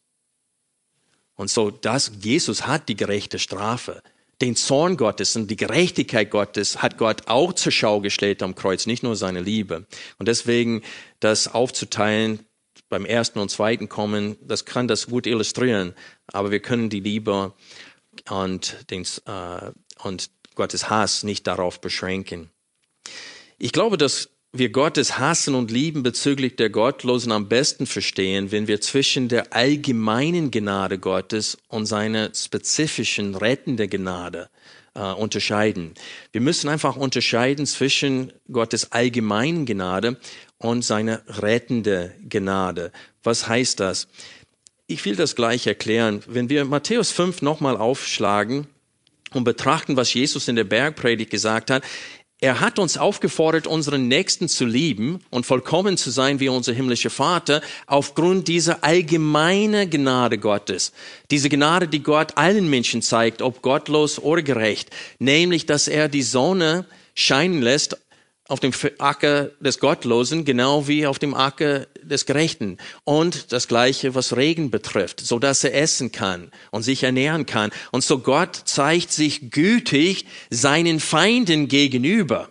Und so, das, Jesus hat die gerechte Strafe. Den Zorn Gottes und die Gerechtigkeit Gottes hat Gott auch zur Schau gestellt am Kreuz, nicht nur seine Liebe. Und deswegen das aufzuteilen beim ersten und zweiten Kommen, das kann das gut illustrieren. Aber wir können die Liebe und, den, äh, und Gottes Hass nicht darauf beschränken. Ich glaube, dass wir Gottes Hassen und Lieben bezüglich der Gottlosen am besten verstehen, wenn wir zwischen der allgemeinen Gnade Gottes und seiner spezifischen rettenden Gnade äh, unterscheiden. Wir müssen einfach unterscheiden zwischen Gottes allgemeinen Gnade und seiner rettenden Gnade. Was heißt das? Ich will das gleich erklären. Wenn wir Matthäus fünf nochmal aufschlagen und betrachten, was Jesus in der Bergpredigt gesagt hat, er hat uns aufgefordert, unseren Nächsten zu lieben und vollkommen zu sein wie unser himmlischer Vater, aufgrund dieser allgemeinen Gnade Gottes. Diese Gnade, die Gott allen Menschen zeigt, ob gottlos oder gerecht, nämlich, dass er die Sonne scheinen lässt auf dem Acker des Gottlosen, genau wie auf dem Acker des Gerechten. Und das Gleiche, was Regen betrifft, so dass er essen kann und sich ernähren kann. Und so Gott zeigt sich gütig seinen Feinden gegenüber,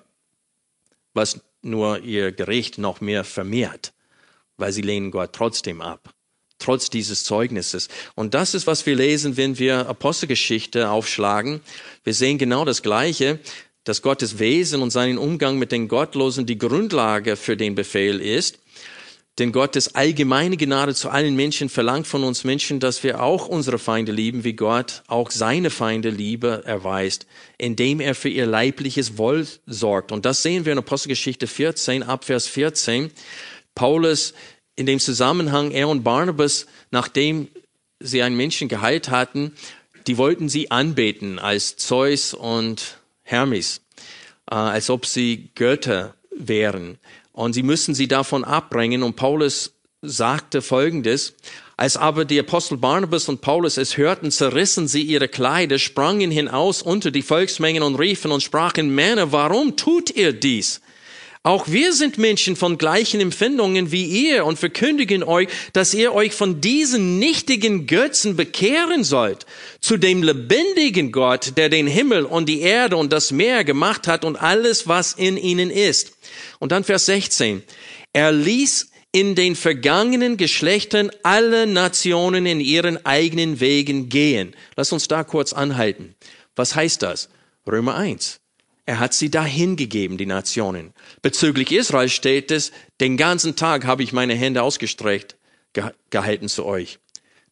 was nur ihr Gericht noch mehr vermehrt, weil sie lehnen Gott trotzdem ab, trotz dieses Zeugnisses. Und das ist, was wir lesen, wenn wir Apostelgeschichte aufschlagen. Wir sehen genau das Gleiche, dass Gottes Wesen und seinen Umgang mit den Gottlosen die Grundlage für den Befehl ist. Denn Gottes allgemeine Gnade zu allen Menschen verlangt von uns Menschen, dass wir auch unsere Feinde lieben, wie Gott auch seine Feinde Liebe erweist, indem er für ihr leibliches Wohl sorgt. Und das sehen wir in Apostelgeschichte vierzehn, ab Vers vierzehn. Paulus, in dem Zusammenhang, er und Barnabas, nachdem sie einen Menschen geheilt hatten, die wollten sie anbeten als Zeus und Hermes, äh, als ob sie Götter wären. Und sie müssen sie davon abbringen. Und Paulus sagte Folgendes: Als aber die Apostel Barnabas und Paulus es hörten, zerrissen sie ihre Kleider, sprangen hinaus unter die Volksmengen und riefen und sprachen: Männer, warum tut ihr dies? Auch wir sind Menschen von gleichen Empfindungen wie ihr und verkündigen euch, dass ihr euch von diesen nichtigen Götzen bekehren sollt, zu dem lebendigen Gott, der den Himmel und die Erde und das Meer gemacht hat und alles, was in ihnen ist. Und dann Vers sechzehn. Er ließ in den vergangenen Geschlechtern alle Nationen in ihren eigenen Wegen gehen. Lass uns da kurz anhalten. Was heißt das? Römer eins. Er hat sie dahin gegeben, die Nationen. Bezüglich Israel steht es: Den ganzen Tag habe ich meine Hände ausgestreckt ge- gehalten zu euch.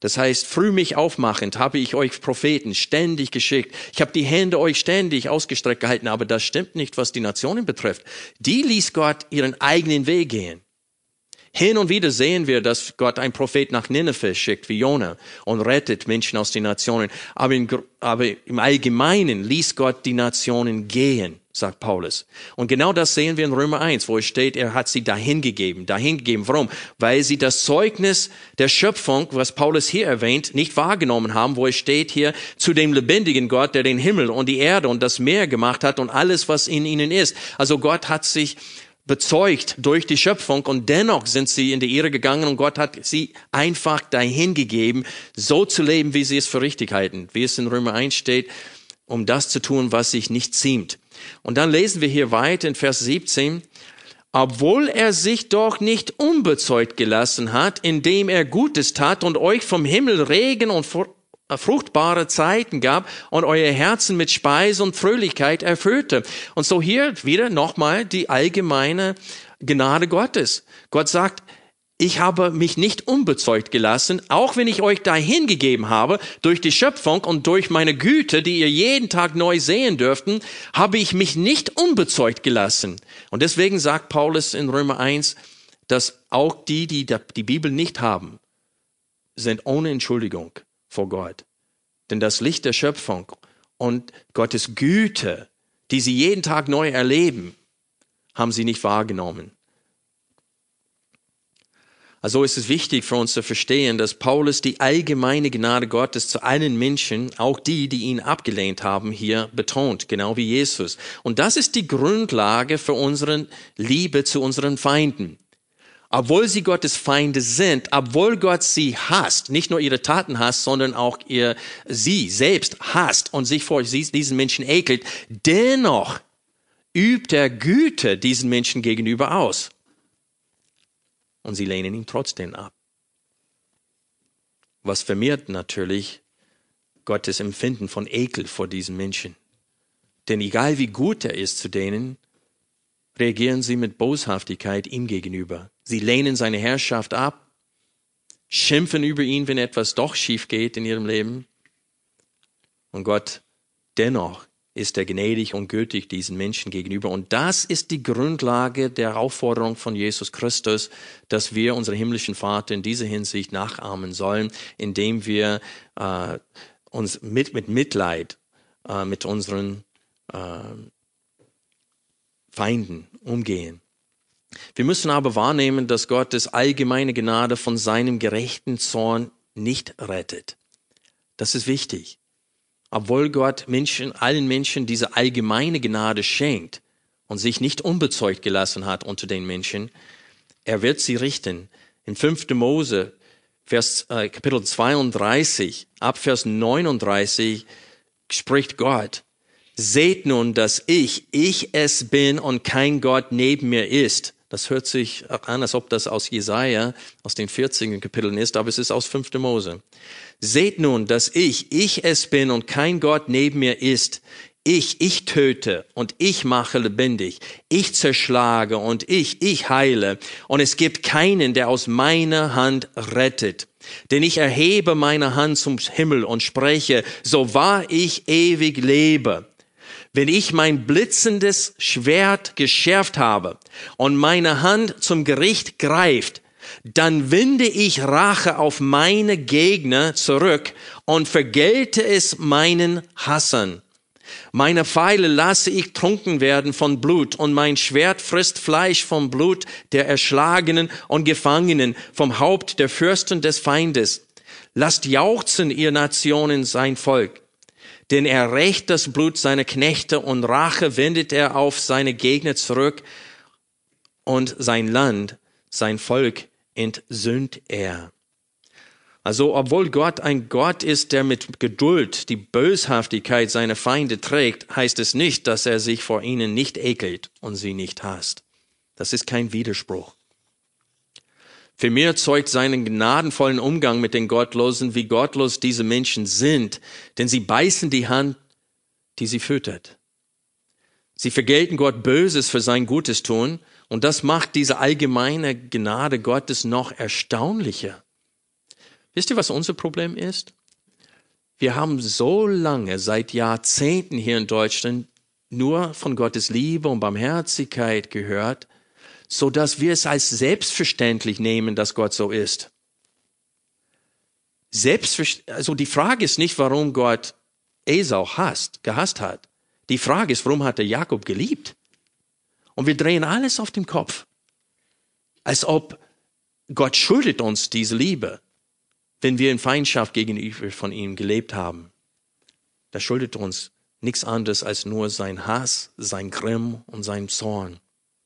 Das heißt, früh mich aufmachend habe ich euch Propheten ständig geschickt. Ich habe die Hände euch ständig ausgestreckt gehalten, aber das stimmt nicht, was die Nationen betrifft. Die ließ Gott ihren eigenen Weg gehen. Hin und wieder sehen wir, dass Gott einen Prophet nach Nineveh schickt, wie Jona, und rettet Menschen aus den Nationen. Aber, in, aber im Allgemeinen ließ Gott die Nationen gehen, sagt Paulus. Und genau das sehen wir in Römer eins, wo es steht, er hat sie dahin gegeben. Dahin gegeben. Warum? Weil sie das Zeugnis der Schöpfung, was Paulus hier erwähnt, nicht wahrgenommen haben, wo es steht hier, zu dem lebendigen Gott, der den Himmel und die Erde und das Meer gemacht hat und alles, was in ihnen ist. Also Gott hat sich bezeugt durch die Schöpfung und dennoch sind sie in die Irre gegangen und Gott hat sie einfach dahin gegeben, so zu leben, wie sie es für richtig halten. Wie es in Römer eins steht, um das zu tun, was sich nicht ziemt. Und dann lesen wir hier weiter in Vers siebzehn, obwohl er sich doch nicht unbezeugt gelassen hat, indem er Gutes tat und euch vom Himmel Regen und fruchtbare Zeiten gab und euer Herzen mit Speise und Fröhlichkeit erfüllte. Und so hier wieder nochmal die allgemeine Gnade Gottes. Gott sagt, ich habe mich nicht unbezeugt gelassen, auch wenn ich euch dahin gegeben habe, durch die Schöpfung und durch meine Güte, die ihr jeden Tag neu sehen dürften, habe ich mich nicht unbezeugt gelassen. Und deswegen sagt Paulus in Römer eins, dass auch die, die die Bibel nicht haben, sind ohne Entschuldigung vor Gott. Denn das Licht der Schöpfung und Gottes Güte, die sie jeden Tag neu erleben, haben sie nicht wahrgenommen. Also ist es wichtig für uns zu verstehen, dass Paulus die allgemeine Gnade Gottes zu allen Menschen, auch die, die ihn abgelehnt haben, hier betont, genau wie Jesus. Und das ist die Grundlage für unsere Liebe zu unseren Feinden. Obwohl sie Gottes Feinde sind, obwohl Gott sie hasst, nicht nur ihre Taten hasst, sondern auch ihr, sie selbst hasst und sich vor diesen Menschen ekelt, dennoch übt er Güte diesen Menschen gegenüber aus. Und sie lehnen ihn trotzdem ab. Was vermehrt natürlich Gottes Empfinden von Ekel vor diesen Menschen. Denn egal wie gut er ist zu denen, reagieren sie mit Boshaftigkeit ihm gegenüber. Sie lehnen seine Herrschaft ab, schimpfen über ihn, wenn etwas doch schief geht in ihrem Leben. Und Gott dennoch ist er gnädig und gütig diesen Menschen gegenüber. Und das ist die Grundlage der Aufforderung von Jesus Christus, dass wir unseren himmlischen Vater in dieser Hinsicht nachahmen sollen, indem wir äh, uns mit, mit Mitleid äh, mit unseren äh, Feinden umgehen. Wir müssen aber wahrnehmen, dass Gottes allgemeine Gnade von seinem gerechten Zorn nicht rettet. Das ist wichtig. Obwohl Gott Menschen, allen Menschen diese allgemeine Gnade schenkt und sich nicht unbezeugt gelassen hat unter den Menschen, er wird sie richten. In fünfter Mose, Vers, äh, Kapitel zweiunddreißig, ab Vers neununddreißig, spricht Gott: Seht nun, dass ich, ich es bin und kein Gott neben mir ist. Das hört sich an, als ob das aus Jesaja, aus den vierzigen Kapiteln ist, aber es ist aus fünfter Mose. Seht nun, dass ich, ich es bin und kein Gott neben mir ist. Ich, ich töte und ich mache lebendig. Ich zerschlage und ich, ich heile. Und es gibt keinen, der aus meiner Hand rettet. Denn ich erhebe meine Hand zum Himmel und spreche, so wahr ich ewig lebe. Wenn ich mein blitzendes Schwert geschärft habe und meine Hand zum Gericht greift, dann wende ich Rache auf meine Gegner zurück und vergelte es meinen Hassern. Meine Pfeile lasse ich trunken werden von Blut und mein Schwert frisst Fleisch vom Blut der Erschlagenen und Gefangenen, vom Haupt der Fürsten des Feindes. Lasst jauchzen, ihr Nationen, sein Volk. Denn er rächt das Blut seiner Knechte und Rache wendet er auf seine Gegner zurück und sein Land, sein Volk entsühnt er. Also, obwohl Gott ein Gott ist, der mit Geduld die Böshaftigkeit seiner Feinde trägt, heißt es nicht, dass er sich vor ihnen nicht ekelt und sie nicht hasst. Das ist kein Widerspruch. Vielmehr zeugt seinen gnadenvollen Umgang mit den Gottlosen, wie gottlos diese Menschen sind, denn sie beißen die Hand, die sie füttert. Sie vergelten Gott Böses für sein Gutes tun, und das macht diese allgemeine Gnade Gottes noch erstaunlicher. Wisst ihr, was unser Problem ist? Wir haben so lange, seit Jahrzehnten hier in Deutschland, nur von Gottes Liebe und Barmherzigkeit gehört, so dass wir es als selbstverständlich nehmen, dass Gott so ist. Selbstverständlich, also die Frage ist nicht, warum Gott Esau hasst, gehasst hat. Die Frage ist, warum hat er Jakob geliebt? Und wir drehen alles auf den Kopf. Als ob Gott schuldet uns diese Liebe, wenn wir in Feindschaft gegenüber von ihm gelebt haben. Das schuldet uns nichts anderes als nur sein Hass, sein Grimm und sein Zorn.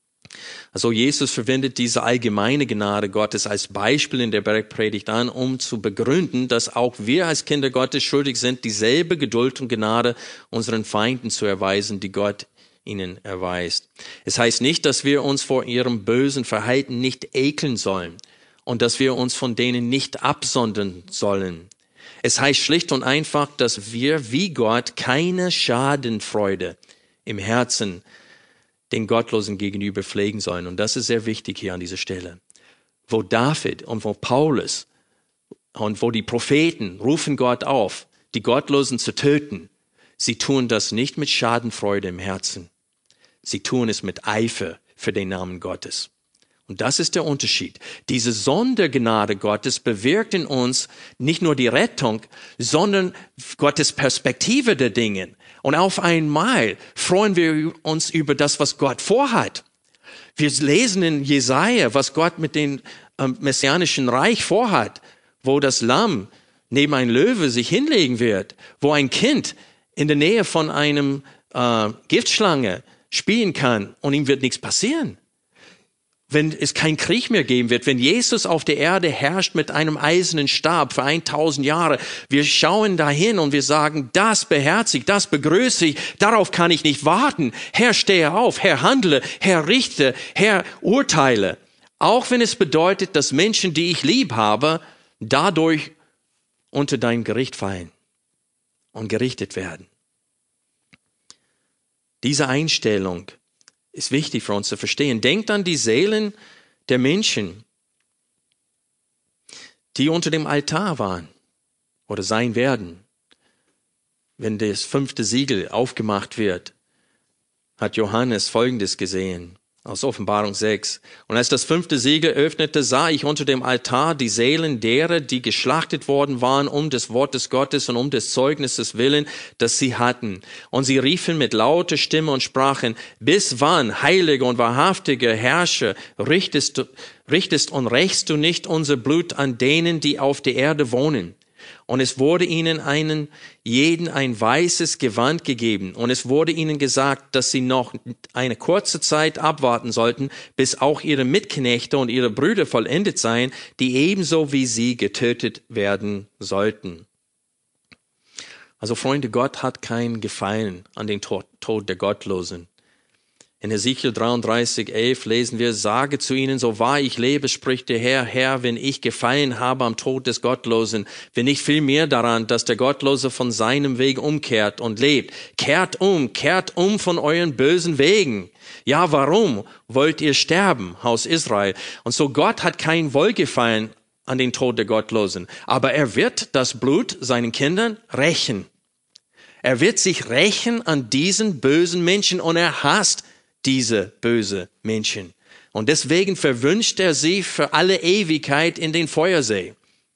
Also Jesus verwendet diese allgemeine Gnade Gottes als Beispiel in der Bergpredigt an, um zu begründen, dass auch wir als Kinder Gottes schuldig sind, dieselbe Geduld und Gnade unseren Feinden zu erweisen, die Gott ihnen erweist. Es heißt nicht, dass wir uns vor ihrem bösen Verhalten nicht ekeln sollen und dass wir uns von denen nicht absondern sollen. Es heißt schlicht und einfach, dass wir wie Gott keine Schadenfreude im Herzen den Gottlosen gegenüber pflegen sollen. Und das ist sehr wichtig hier an dieser Stelle. Wo David und wo Paulus und wo die Propheten rufen Gott auf, die Gottlosen zu töten, sie tun das nicht mit Schadenfreude im Herzen. Sie tun es mit Eifer für den Namen Gottes. Und das ist der Unterschied. Diese Sondergnade Gottes bewirkt in uns nicht nur die Rettung, sondern Gottes Perspektive der Dinge. Und auf einmal freuen wir uns über das, was Gott vorhat. Wir lesen in Jesaja, was Gott mit dem ähm, messianischen Reich vorhat, wo das Lamm neben ein Löwe sich hinlegen wird, wo ein Kind in der Nähe von einem äh, Giftschlange spielen kann und ihm wird nichts passieren. Wenn es keinen Krieg mehr geben wird, wenn Jesus auf der Erde herrscht mit einem eisernen Stab für tausend Jahre, wir schauen dahin und wir sagen, das beherzigt, das begrüße ich, darauf kann ich nicht warten. Herr, stehe auf, Herr, handle, Herr, richte, Herr, urteile. Auch wenn es bedeutet, dass Menschen, die ich lieb habe, dadurch unter dein Gericht fallen und gerichtet werden. Diese Einstellung ist wichtig für uns zu verstehen. Denkt an die Seelen der Menschen, die unter dem Altar waren oder sein werden. Wenn das fünfte Siegel aufgemacht wird, hat Johannes Folgendes gesehen aus Offenbarung sechs. Und als das fünfte Siegel öffnete, sah ich unter dem Altar die Seelen derer, die geschlachtet worden waren, um des Wortes Gottes und um des Zeugnisses willen, das sie hatten. Und sie riefen mit lauter Stimme und sprachen, bis wann, heiliger und wahrhaftiger Herrscher, richtest, du, richtest und rächst du nicht unser Blut an denen, die auf der Erde wohnen? Und es wurde ihnen einen, jeden ein weißes Gewand gegeben. Und es wurde ihnen gesagt, dass sie noch eine kurze Zeit abwarten sollten, bis auch ihre Mitknechte und ihre Brüder vollendet seien, die ebenso wie sie getötet werden sollten. Also Freunde, Gott hat keinen Gefallen an den Tod, Tod der Gottlosen. In Hesekiel dreiunddreißig, elf lesen wir, sage zu ihnen, so wahr ich lebe, spricht der Herr, Herr, wenn ich Gefallen habe am Tod des Gottlosen, wenn nicht viel mehr daran, dass der Gottlose von seinem Weg umkehrt und lebt. Kehrt um, kehrt um von euren bösen Wegen. Ja, warum wollt ihr sterben, Haus Israel? Und so Gott hat kein Wohlgefallen an den Tod der Gottlosen, aber er wird das Blut seinen Kindern rächen. Er wird sich rächen an diesen bösen Menschen und er hasst diese böse Menschen. Und deswegen verwünscht er sie für alle Ewigkeit in den Feuersee.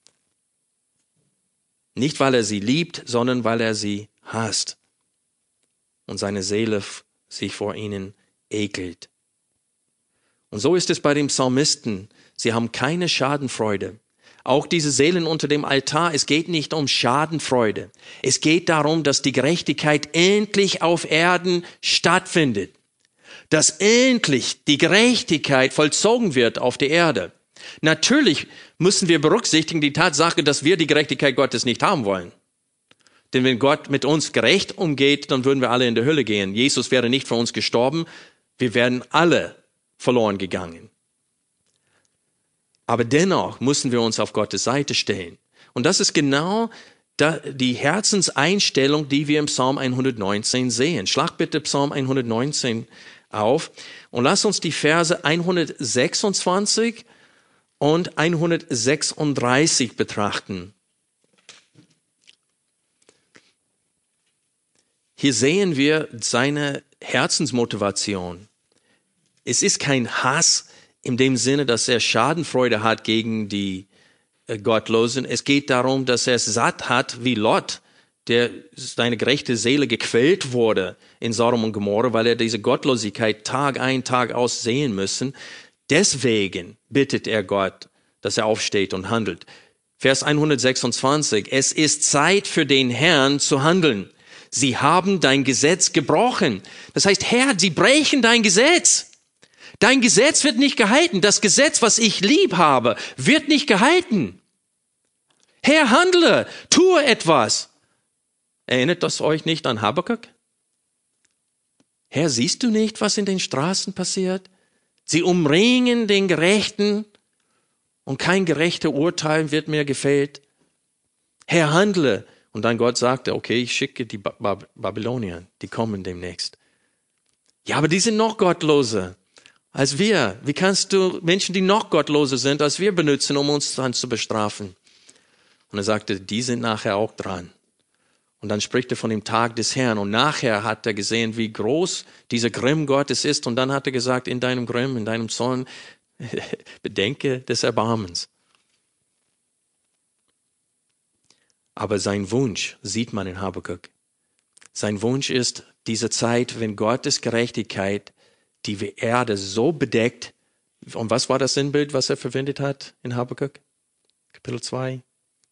Nicht, weil er sie liebt, sondern weil er sie hasst. Und seine Seele sich vor ihnen ekelt. Und so ist es bei den Psalmisten. Sie haben keine Schadenfreude. Auch diese Seelen unter dem Altar, es geht nicht um Schadenfreude. Es geht darum, dass die Gerechtigkeit endlich auf Erden stattfindet. Dass endlich die Gerechtigkeit vollzogen wird auf der Erde. Natürlich müssen wir berücksichtigen die Tatsache, dass wir die Gerechtigkeit Gottes nicht haben wollen. Denn wenn Gott mit uns gerecht umgeht, dann würden wir alle in die Hölle gehen. Jesus wäre nicht für uns gestorben. Wir wären alle verloren gegangen. Aber dennoch müssen wir uns auf Gottes Seite stellen. Und das ist genau die Herzenseinstellung, die wir im Psalm hundertneunzehn sehen. Schlag bitte Psalm hundertneunzehn auf und lass uns die Verse hundertsechsundzwanzig und hundertsechsunddreißig betrachten. Hier sehen wir seine Herzensmotivation. Es ist kein Hass in dem Sinne, dass er Schadenfreude hat gegen die äh, Gottlosen. Es geht darum, dass er es satt hat, wie Lot, der seine gerechte Seele gequält wurde in Sodom und Gomorra, weil er diese Gottlosigkeit Tag ein, Tag aus sehen müssen. Deswegen bittet er Gott, dass er aufsteht und handelt. Vers hundertsechsundzwanzig. Es ist Zeit für den Herrn zu handeln. Sie haben dein Gesetz gebrochen. Das heißt, Herr, sie brechen dein Gesetz. Dein Gesetz wird nicht gehalten. Das Gesetz, was ich lieb habe, wird nicht gehalten. Herr, handle, tue etwas. Erinnert das euch nicht an Habakuk? Herr, siehst du nicht, was in den Straßen passiert? Sie umringen den Gerechten und kein gerechter Urteil wird mehr gefällt. Herr, handle. Und dann Gott sagte, okay, ich schicke die Bab- Babylonier, die kommen demnächst. Ja, aber die sind noch gottloser als wir. Wie kannst du Menschen, die noch gottloser sind, als wir benutzen, um uns dann zu bestrafen? Und er sagte, die sind nachher auch dran. Und dann spricht er von dem Tag des Herrn. Und nachher hat er gesehen, wie groß dieser Grimm Gottes ist. Und dann hat er gesagt, in deinem Grimm, in deinem Zorn, bedenke des Erbarmens. Aber sein Wunsch sieht man in Habakuk. Sein Wunsch ist diese Zeit, wenn Gottes Gerechtigkeit die Erde so bedeckt. Und was war das Sinnbild, was er verwendet hat in Habakuk? Kapitel zwei.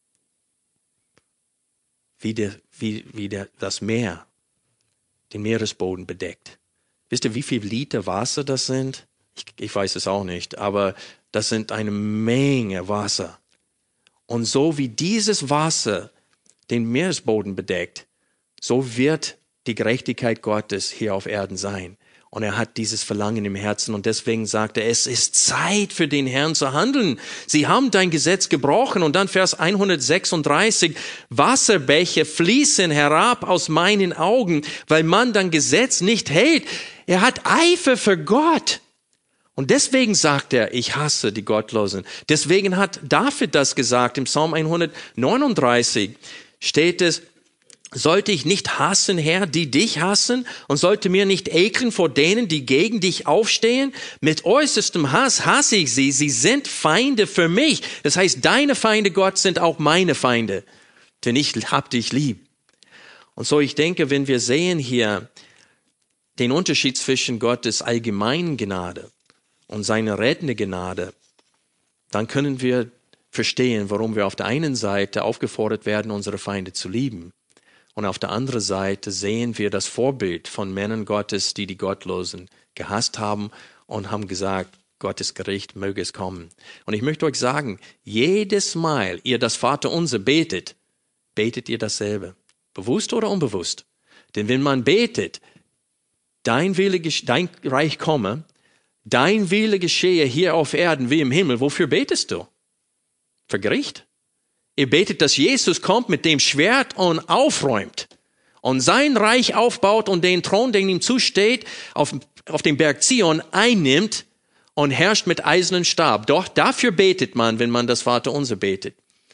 Wie, der, wie, wie der, das Meer den Meeresboden bedeckt. Wisst ihr, wie viel Liter Wasser das sind? Ich, ich weiß es auch nicht, aber das sind eine Menge Wasser. Und so wie dieses Wasser den Meeresboden bedeckt, so wird die Gerechtigkeit Gottes hier auf Erden sein. Und er hat dieses Verlangen im Herzen und deswegen sagt er, es ist Zeit für den Herrn zu handeln. Sie haben dein Gesetz gebrochen. Und dann Vers hundertsechsunddreißig, Wasserbäche fließen herab aus meinen Augen, weil man dein Gesetz nicht hält. Er hat Eifer für Gott. Und deswegen sagt er, ich hasse die Gottlosen. Deswegen hat David das gesagt. Im Psalm hundertneununddreißig steht es, sollte ich nicht hassen, Herr, die dich hassen, und sollte mir nicht ekeln vor denen, die gegen dich aufstehen? Mit äußerstem Hass hasse ich sie. Sie sind Feinde für mich. Das heißt, deine Feinde, Gott, sind auch meine Feinde. Denn ich hab dich lieb. Und so, ich denke, wenn wir sehen hier den Unterschied zwischen Gottes allgemeinen Gnade und seine rettende Gnade, dann können wir verstehen, warum wir auf der einen Seite aufgefordert werden, unsere Feinde zu lieben. Und auf der anderen Seite sehen wir das Vorbild von Männern Gottes, die die Gottlosen gehasst haben und haben gesagt, Gottes Gericht möge es kommen. Und ich möchte euch sagen, jedes Mal ihr das Vaterunser betet, betet ihr dasselbe. Bewusst oder unbewusst. Denn wenn man betet, dein Wille, dein Reich komme, dein Wille geschehe hier auf Erden wie im Himmel, wofür betest du? Für Gericht? Ihr betet, dass Jesus kommt mit dem Schwert und aufräumt und sein Reich aufbaut und den Thron, der ihm zusteht, auf, auf dem Berg Zion einnimmt und herrscht mit eisernem Stab. Doch dafür betet man, wenn man das Vaterunser betet.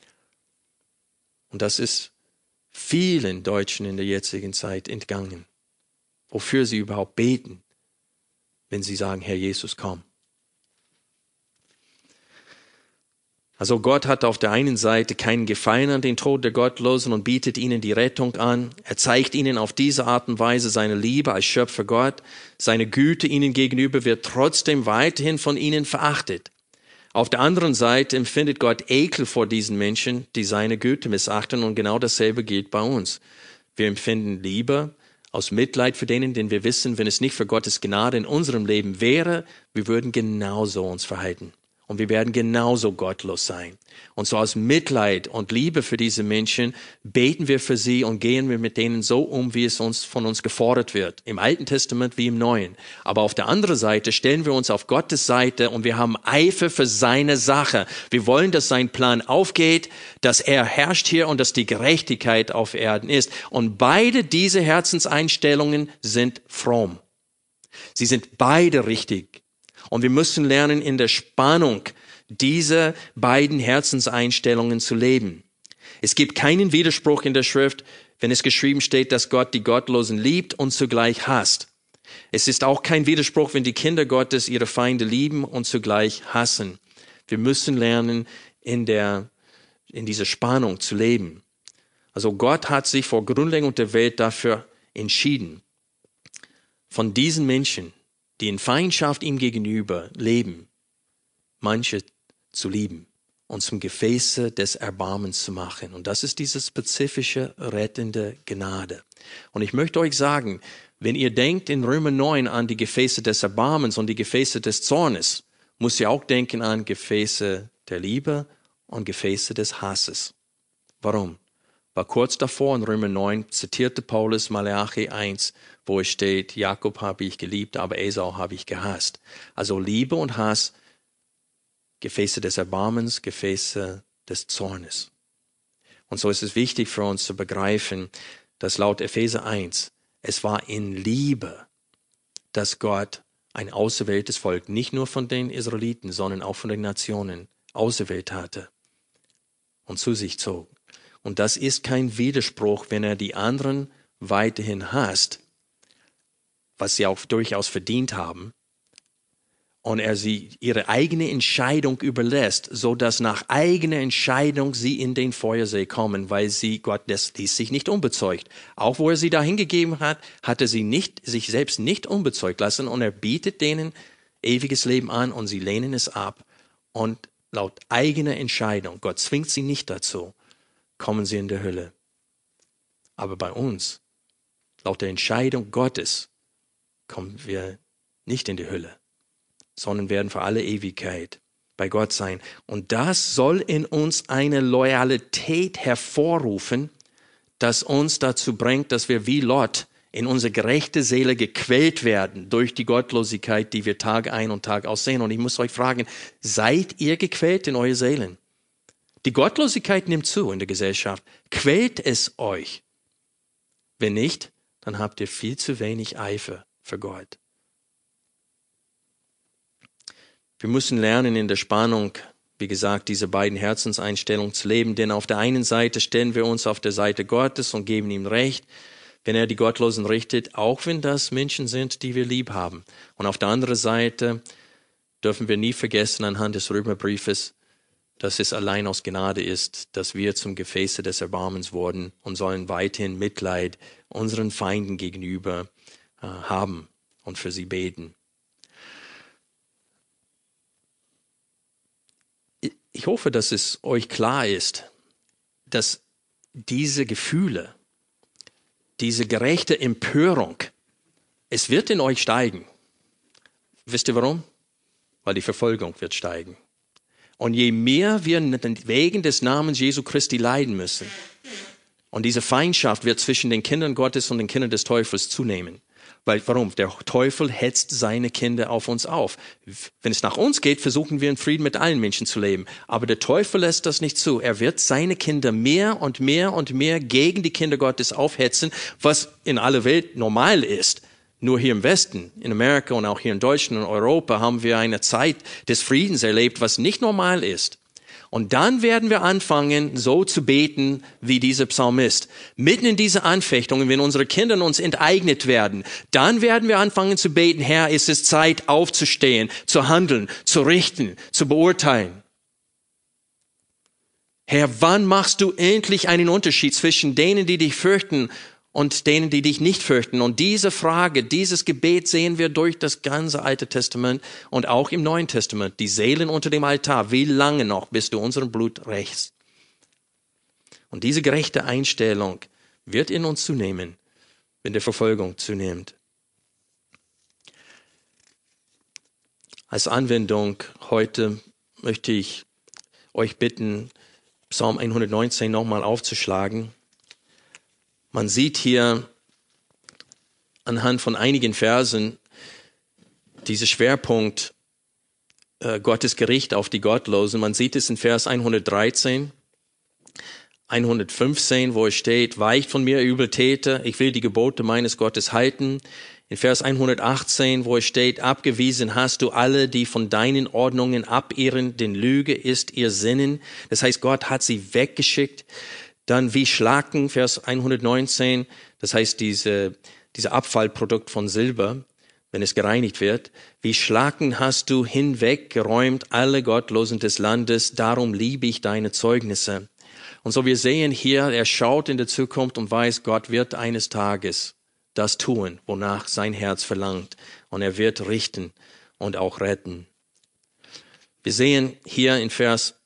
Und das ist vielen Deutschen in der jetzigen Zeit entgangen. Wofür sie überhaupt beten, wenn sie sagen, Herr Jesus, komm. Also Gott hat auf der einen Seite keinen Gefallen an den Tod der Gottlosen und bietet ihnen die Rettung an. Er zeigt ihnen auf diese Art und Weise seine Liebe als Schöpfer Gott. Seine Güte ihnen gegenüber wird trotzdem weiterhin von ihnen verachtet. Auf der anderen Seite empfindet Gott Ekel vor diesen Menschen, die seine Güte missachten, und genau dasselbe gilt bei uns. Wir empfinden Liebe aus Mitleid für denen, denn wir wissen, wenn es nicht für Gottes Gnade in unserem Leben wäre, wir würden genauso uns verhalten. Und wir werden genauso gottlos sein. Und so aus Mitleid und Liebe für diese Menschen beten wir für sie und gehen wir mit denen so um, wie es uns von uns gefordert wird. Im Alten Testament wie im Neuen. Aber auf der anderen Seite stellen wir uns auf Gottes Seite und wir haben Eifer für seine Sache. Wir wollen, dass sein Plan aufgeht, dass er herrscht hier und dass die Gerechtigkeit auf Erden ist. Und beide diese Herzenseinstellungen sind fromm. Sie sind beide richtig. Und wir müssen lernen, in der Spannung diese beiden Herzenseinstellungen zu leben. Es gibt keinen Widerspruch in der Schrift, wenn es geschrieben steht, dass Gott die Gottlosen liebt und zugleich hasst. Es ist auch kein Widerspruch, wenn die Kinder Gottes ihre Feinde lieben und zugleich hassen. Wir müssen lernen, in der, in dieser Spannung zu leben. Also Gott hat sich vor Grundlegung der Welt dafür entschieden, von diesen Menschen, die in Feindschaft ihm gegenüber leben, manche zu lieben und zum Gefäße des Erbarmens zu machen. Und das ist diese spezifische, rettende Gnade. Und ich möchte euch sagen, wenn ihr denkt in Römer neun an die Gefäße des Erbarmens und die Gefäße des Zornes, müsst ihr auch denken an Gefäße der Liebe und Gefäße des Hasses. Warum? Weil kurz davor in Römer neun zitierte Paulus Malachi eins, wo es steht, Jakob habe ich geliebt, aber Esau habe ich gehasst. Also Liebe und Hass, Gefäße des Erbarmens, Gefäße des Zornes. Und so ist es wichtig für uns zu begreifen, dass laut Epheser eins, es war in Liebe, dass Gott ein auserwähltes Volk, nicht nur von den Israeliten, sondern auch von den Nationen, auserwählt hatte und zu sich zog. Und das ist kein Widerspruch, wenn er die anderen weiterhin hasst, was sie auch durchaus verdient haben, und er sie ihre eigene Entscheidung überlässt, so dass nach eigener Entscheidung sie in den Feuersee kommen, weil sie, Gott das ließ sich nicht unbezeugt. Auch wo er sie dahin gegeben hat, hat er sie nicht, sich selbst nicht unbezeugt lassen, und er bietet denen ewiges Leben an und sie lehnen es ab. Und laut eigener Entscheidung, Gott zwingt sie nicht dazu, kommen sie in die Hölle. Aber bei uns, laut der Entscheidung Gottes, kommen wir nicht in die Hölle, sondern werden für alle Ewigkeit bei Gott sein. Und das soll in uns eine Loyalität hervorrufen, das uns dazu bringt, dass wir wie Lot in unsere gerechte Seele gequält werden durch die Gottlosigkeit, die wir Tag ein und Tag aus sehen. Und ich muss euch fragen, seid ihr gequält in eure Seelen? Die Gottlosigkeit nimmt zu in der Gesellschaft. Quält es euch? Wenn nicht, dann habt ihr viel zu wenig Eifer für Gott. Wir müssen lernen, in der Spannung, wie gesagt, diese beiden Herzenseinstellungen zu leben. Denn auf der einen Seite stellen wir uns auf der Seite Gottes und geben ihm Recht, wenn er die Gottlosen richtet, auch wenn das Menschen sind, die wir lieb haben. Und auf der anderen Seite dürfen wir nie vergessen anhand des Römerbriefes, dass es allein aus Gnade ist, dass wir zum Gefäße des Erbarmens wurden und sollen weiterhin Mitleid unseren Feinden gegenüber äh, haben und für sie beten. Ich hoffe, dass es euch klar ist, dass diese Gefühle, diese gerechte Empörung, es wird in euch steigen. Wisst ihr warum? Weil die Verfolgung wird steigen. Und je mehr wir wegen des Namens Jesu Christi leiden müssen, und diese Feindschaft wird zwischen den Kindern Gottes und den Kindern des Teufels zunehmen. Weil, warum? Der Teufel hetzt seine Kinder auf uns auf. Wenn es nach uns geht, versuchen wir in Frieden mit allen Menschen zu leben. Aber der Teufel lässt das nicht zu. Er wird seine Kinder mehr und mehr und mehr gegen die Kinder Gottes aufhetzen, was in aller Welt normal ist. Nur hier im Westen, in Amerika und auch hier in Deutschland und Europa haben wir eine Zeit des Friedens erlebt, was nicht normal ist. Und dann werden wir anfangen, so zu beten wie dieser Psalmist. Mitten in diese Anfechtungen, wenn unsere Kinder uns enteignet werden, dann werden wir anfangen zu beten, Herr, ist es Zeit aufzustehen, zu handeln, zu richten, zu beurteilen. Herr, wann machst du endlich einen Unterschied zwischen denen, die dich fürchten und denen, die dich nicht fürchten? Und diese Frage, dieses Gebet sehen wir durch das ganze Alte Testament und auch im Neuen Testament. Die Seelen unter dem Altar, wie lange noch, bis du unserem Blut rächst? Und diese gerechte Einstellung wird in uns zunehmen, wenn die Verfolgung zunimmt. Als Anwendung heute möchte ich euch bitten, Psalm hundertneunzehn nochmal aufzuschlagen. Man sieht hier anhand von einigen Versen diesen Schwerpunkt äh, Gottes Gericht auf die Gottlosen. Man sieht es in Vers hundertdreizehn, hundertfünfzehn, wo es steht, weicht von mir, Übeltäter, ich will die Gebote meines Gottes halten. In Vers hundertachtzehn, wo es steht, abgewiesen hast du alle, die von deinen Ordnungen abirren, denn Lüge ist ihr Sinnen. Das heißt, Gott hat sie weggeschickt. Dann wie Schlacken, Vers hundertneunzehn, das heißt, diese, diese Abfallprodukt von Silber, wenn es gereinigt wird. Wie Schlacken hast du hinweggeräumt alle Gottlosen des Landes, darum liebe ich deine Zeugnisse. Und so wir sehen hier, er schaut in die Zukunft und weiß, Gott wird eines Tages das tun, wonach sein Herz verlangt. Und er wird richten und auch retten. Wir sehen hier in Vers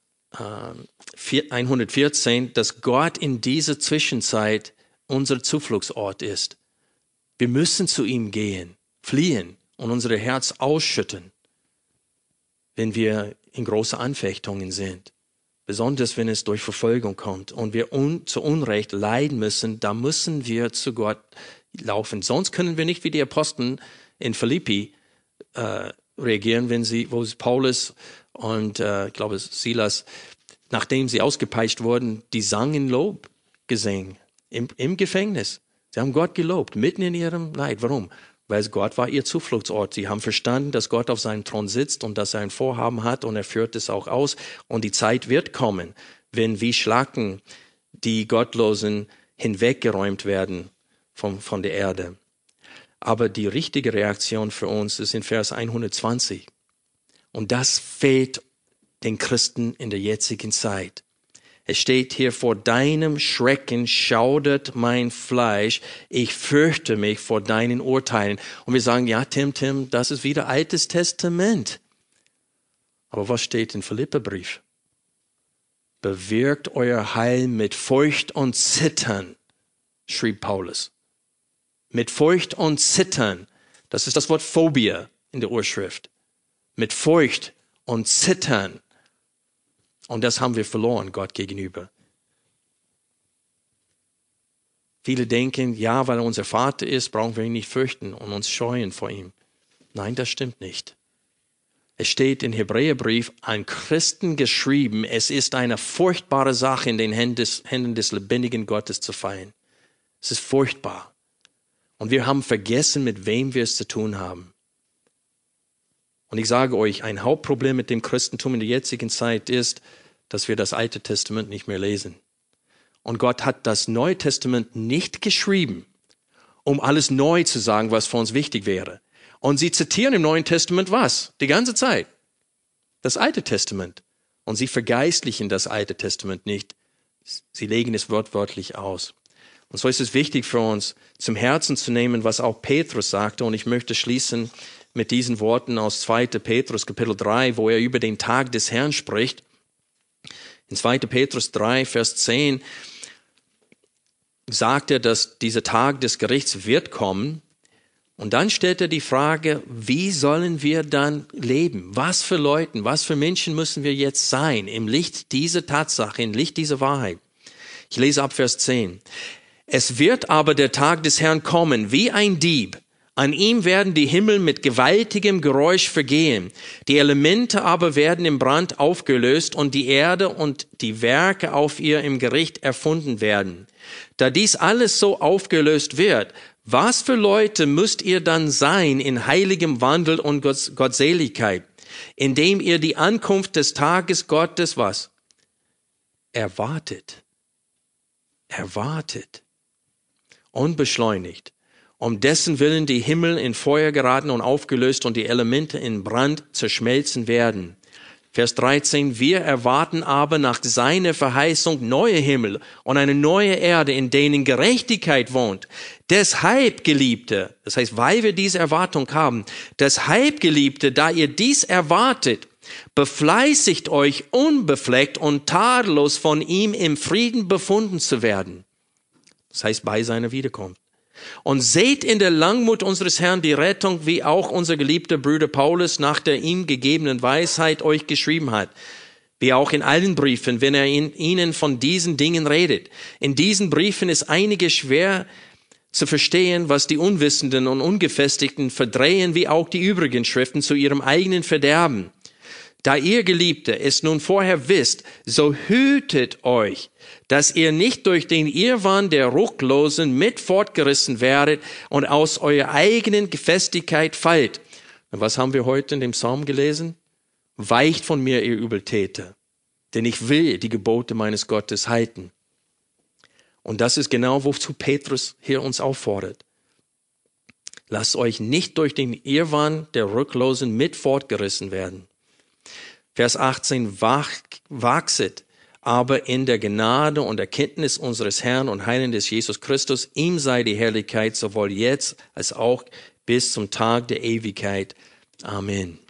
äh, hundertvierzehn, dass Gott in dieser Zwischenzeit unser Zufluchtsort ist. Wir müssen zu ihm gehen, fliehen und unser Herz ausschütten, wenn wir in große Anfechtungen sind. Besonders wenn es durch Verfolgung kommt und wir un- zu Unrecht leiden müssen, da müssen wir zu Gott laufen. Sonst können wir nicht wie die Apostel in Philippi äh, reagieren, wenn sie, wo Paulus und äh, ich glaube Silas, nachdem sie ausgepeitscht wurden, die sangen Lobgesang im, im Gefängnis. Sie haben Gott gelobt, mitten in ihrem Leid. Warum? Weil Gott war ihr Zufluchtsort. Sie haben verstanden, dass Gott auf seinem Thron sitzt und dass er ein Vorhaben hat und er führt es auch aus. Und die Zeit wird kommen, wenn wie Schlacken die Gottlosen hinweggeräumt werden von, von der Erde. Aber die richtige Reaktion für uns ist in Vers hundertzwanzig. Und das fehlt den Christen in der jetzigen Zeit. Es steht hier, vor deinem Schrecken schaudert mein Fleisch, ich fürchte mich vor deinen Urteilen. Und wir sagen, ja, Tim, Tim, das ist wieder Altes Testament. Aber was steht im Philipperbrief? Bewirkt euer Heil mit Furcht und Zittern, schrieb Paulus. Mit Furcht und Zittern. Das ist das Wort Phobia in der Urschrift. Mit Furcht und Zittern. Und das haben wir verloren Gott gegenüber. Viele denken, ja, weil er unser Vater ist, brauchen wir ihn nicht fürchten und uns scheuen vor ihm. Nein, das stimmt nicht. Es steht im Hebräerbrief an Christen geschrieben, es ist eine furchtbare Sache, in den Händen des, Händen des lebendigen Gottes zu fallen. Es ist furchtbar. Und wir haben vergessen, mit wem wir es zu tun haben. Und ich sage euch, ein Hauptproblem mit dem Christentum in der jetzigen Zeit ist, dass wir das Alte Testament nicht mehr lesen. Und Gott hat das Neue Testament nicht geschrieben, um alles neu zu sagen, was für uns wichtig wäre. Und sie zitieren im Neuen Testament was? Die ganze Zeit. Das Alte Testament. Und sie vergeistlichen das Alte Testament nicht. Sie legen es wortwörtlich aus. Und so ist es wichtig für uns, zum Herzen zu nehmen, was auch Petrus sagte. Und ich möchte schließen mit diesen Worten aus zweiter Petrus Kapitel drei, wo er über den Tag des Herrn spricht. In zweiter Petrus drei, Vers zehn sagt er, dass dieser Tag des Gerichts wird kommen. Und dann stellt er die Frage, wie sollen wir dann leben? Was für Leute, was für Menschen müssen wir jetzt sein im Licht dieser Tatsache, im Licht dieser Wahrheit? Ich lese ab Vers zehn. Es wird aber der Tag des Herrn kommen, wie ein Dieb. An ihm werden die Himmel mit gewaltigem Geräusch vergehen. Die Elemente aber werden im Brand aufgelöst und die Erde und die Werke auf ihr im Gericht erfunden werden. Da dies alles so aufgelöst wird, was für Leute müsst ihr dann sein in heiligem Wandel und Gottseligkeit, indem ihr die Ankunft des Tages Gottes was? Erwartet. Erwartet. Unbeschleunigt. Um dessen Willen die Himmel in Feuer geraten und aufgelöst und die Elemente in Brand zerschmelzen werden. Vers dreizehn, wir erwarten aber nach seiner Verheißung neue Himmel und eine neue Erde, in denen Gerechtigkeit wohnt. Deshalb, Geliebte, das heißt, weil wir diese Erwartung haben, deshalb, Geliebte, da ihr dies erwartet, befleißigt euch, unbefleckt und tadellos von ihm im Frieden befunden zu werden. Das heißt, bei seiner Wiederkunft. Und seht in der Langmut unseres Herrn die Rettung, wie auch unser geliebter Bruder Paulus nach der ihm gegebenen Weisheit euch geschrieben hat. Wie auch in allen Briefen, wenn er in ihnen von diesen Dingen redet. In diesen Briefen ist einiges schwer zu verstehen, was die Unwissenden und Ungefestigten verdrehen, wie auch die übrigen Schriften zu ihrem eigenen Verderben. Da ihr Geliebte es nun vorher wisst, so hütet euch, dass ihr nicht durch den Irrwahn der Ruchlosen mit fortgerissen werdet und aus eurer eigenen Gefestigkeit fallt. Und was haben wir heute in dem Psalm gelesen? Weicht von mir, ihr Übeltäter, denn ich will die Gebote meines Gottes halten. Und das ist genau, wozu Petrus hier uns auffordert. Lasst euch nicht durch den Irrwahn der Ruchlosen mit fortgerissen werden. Vers achtzehn, wach, wachset aber in der Gnade und Erkenntnis unseres Herrn und Heiland des Jesus Christus. Ihm sei die Herrlichkeit sowohl jetzt als auch bis zum Tag der Ewigkeit. Amen.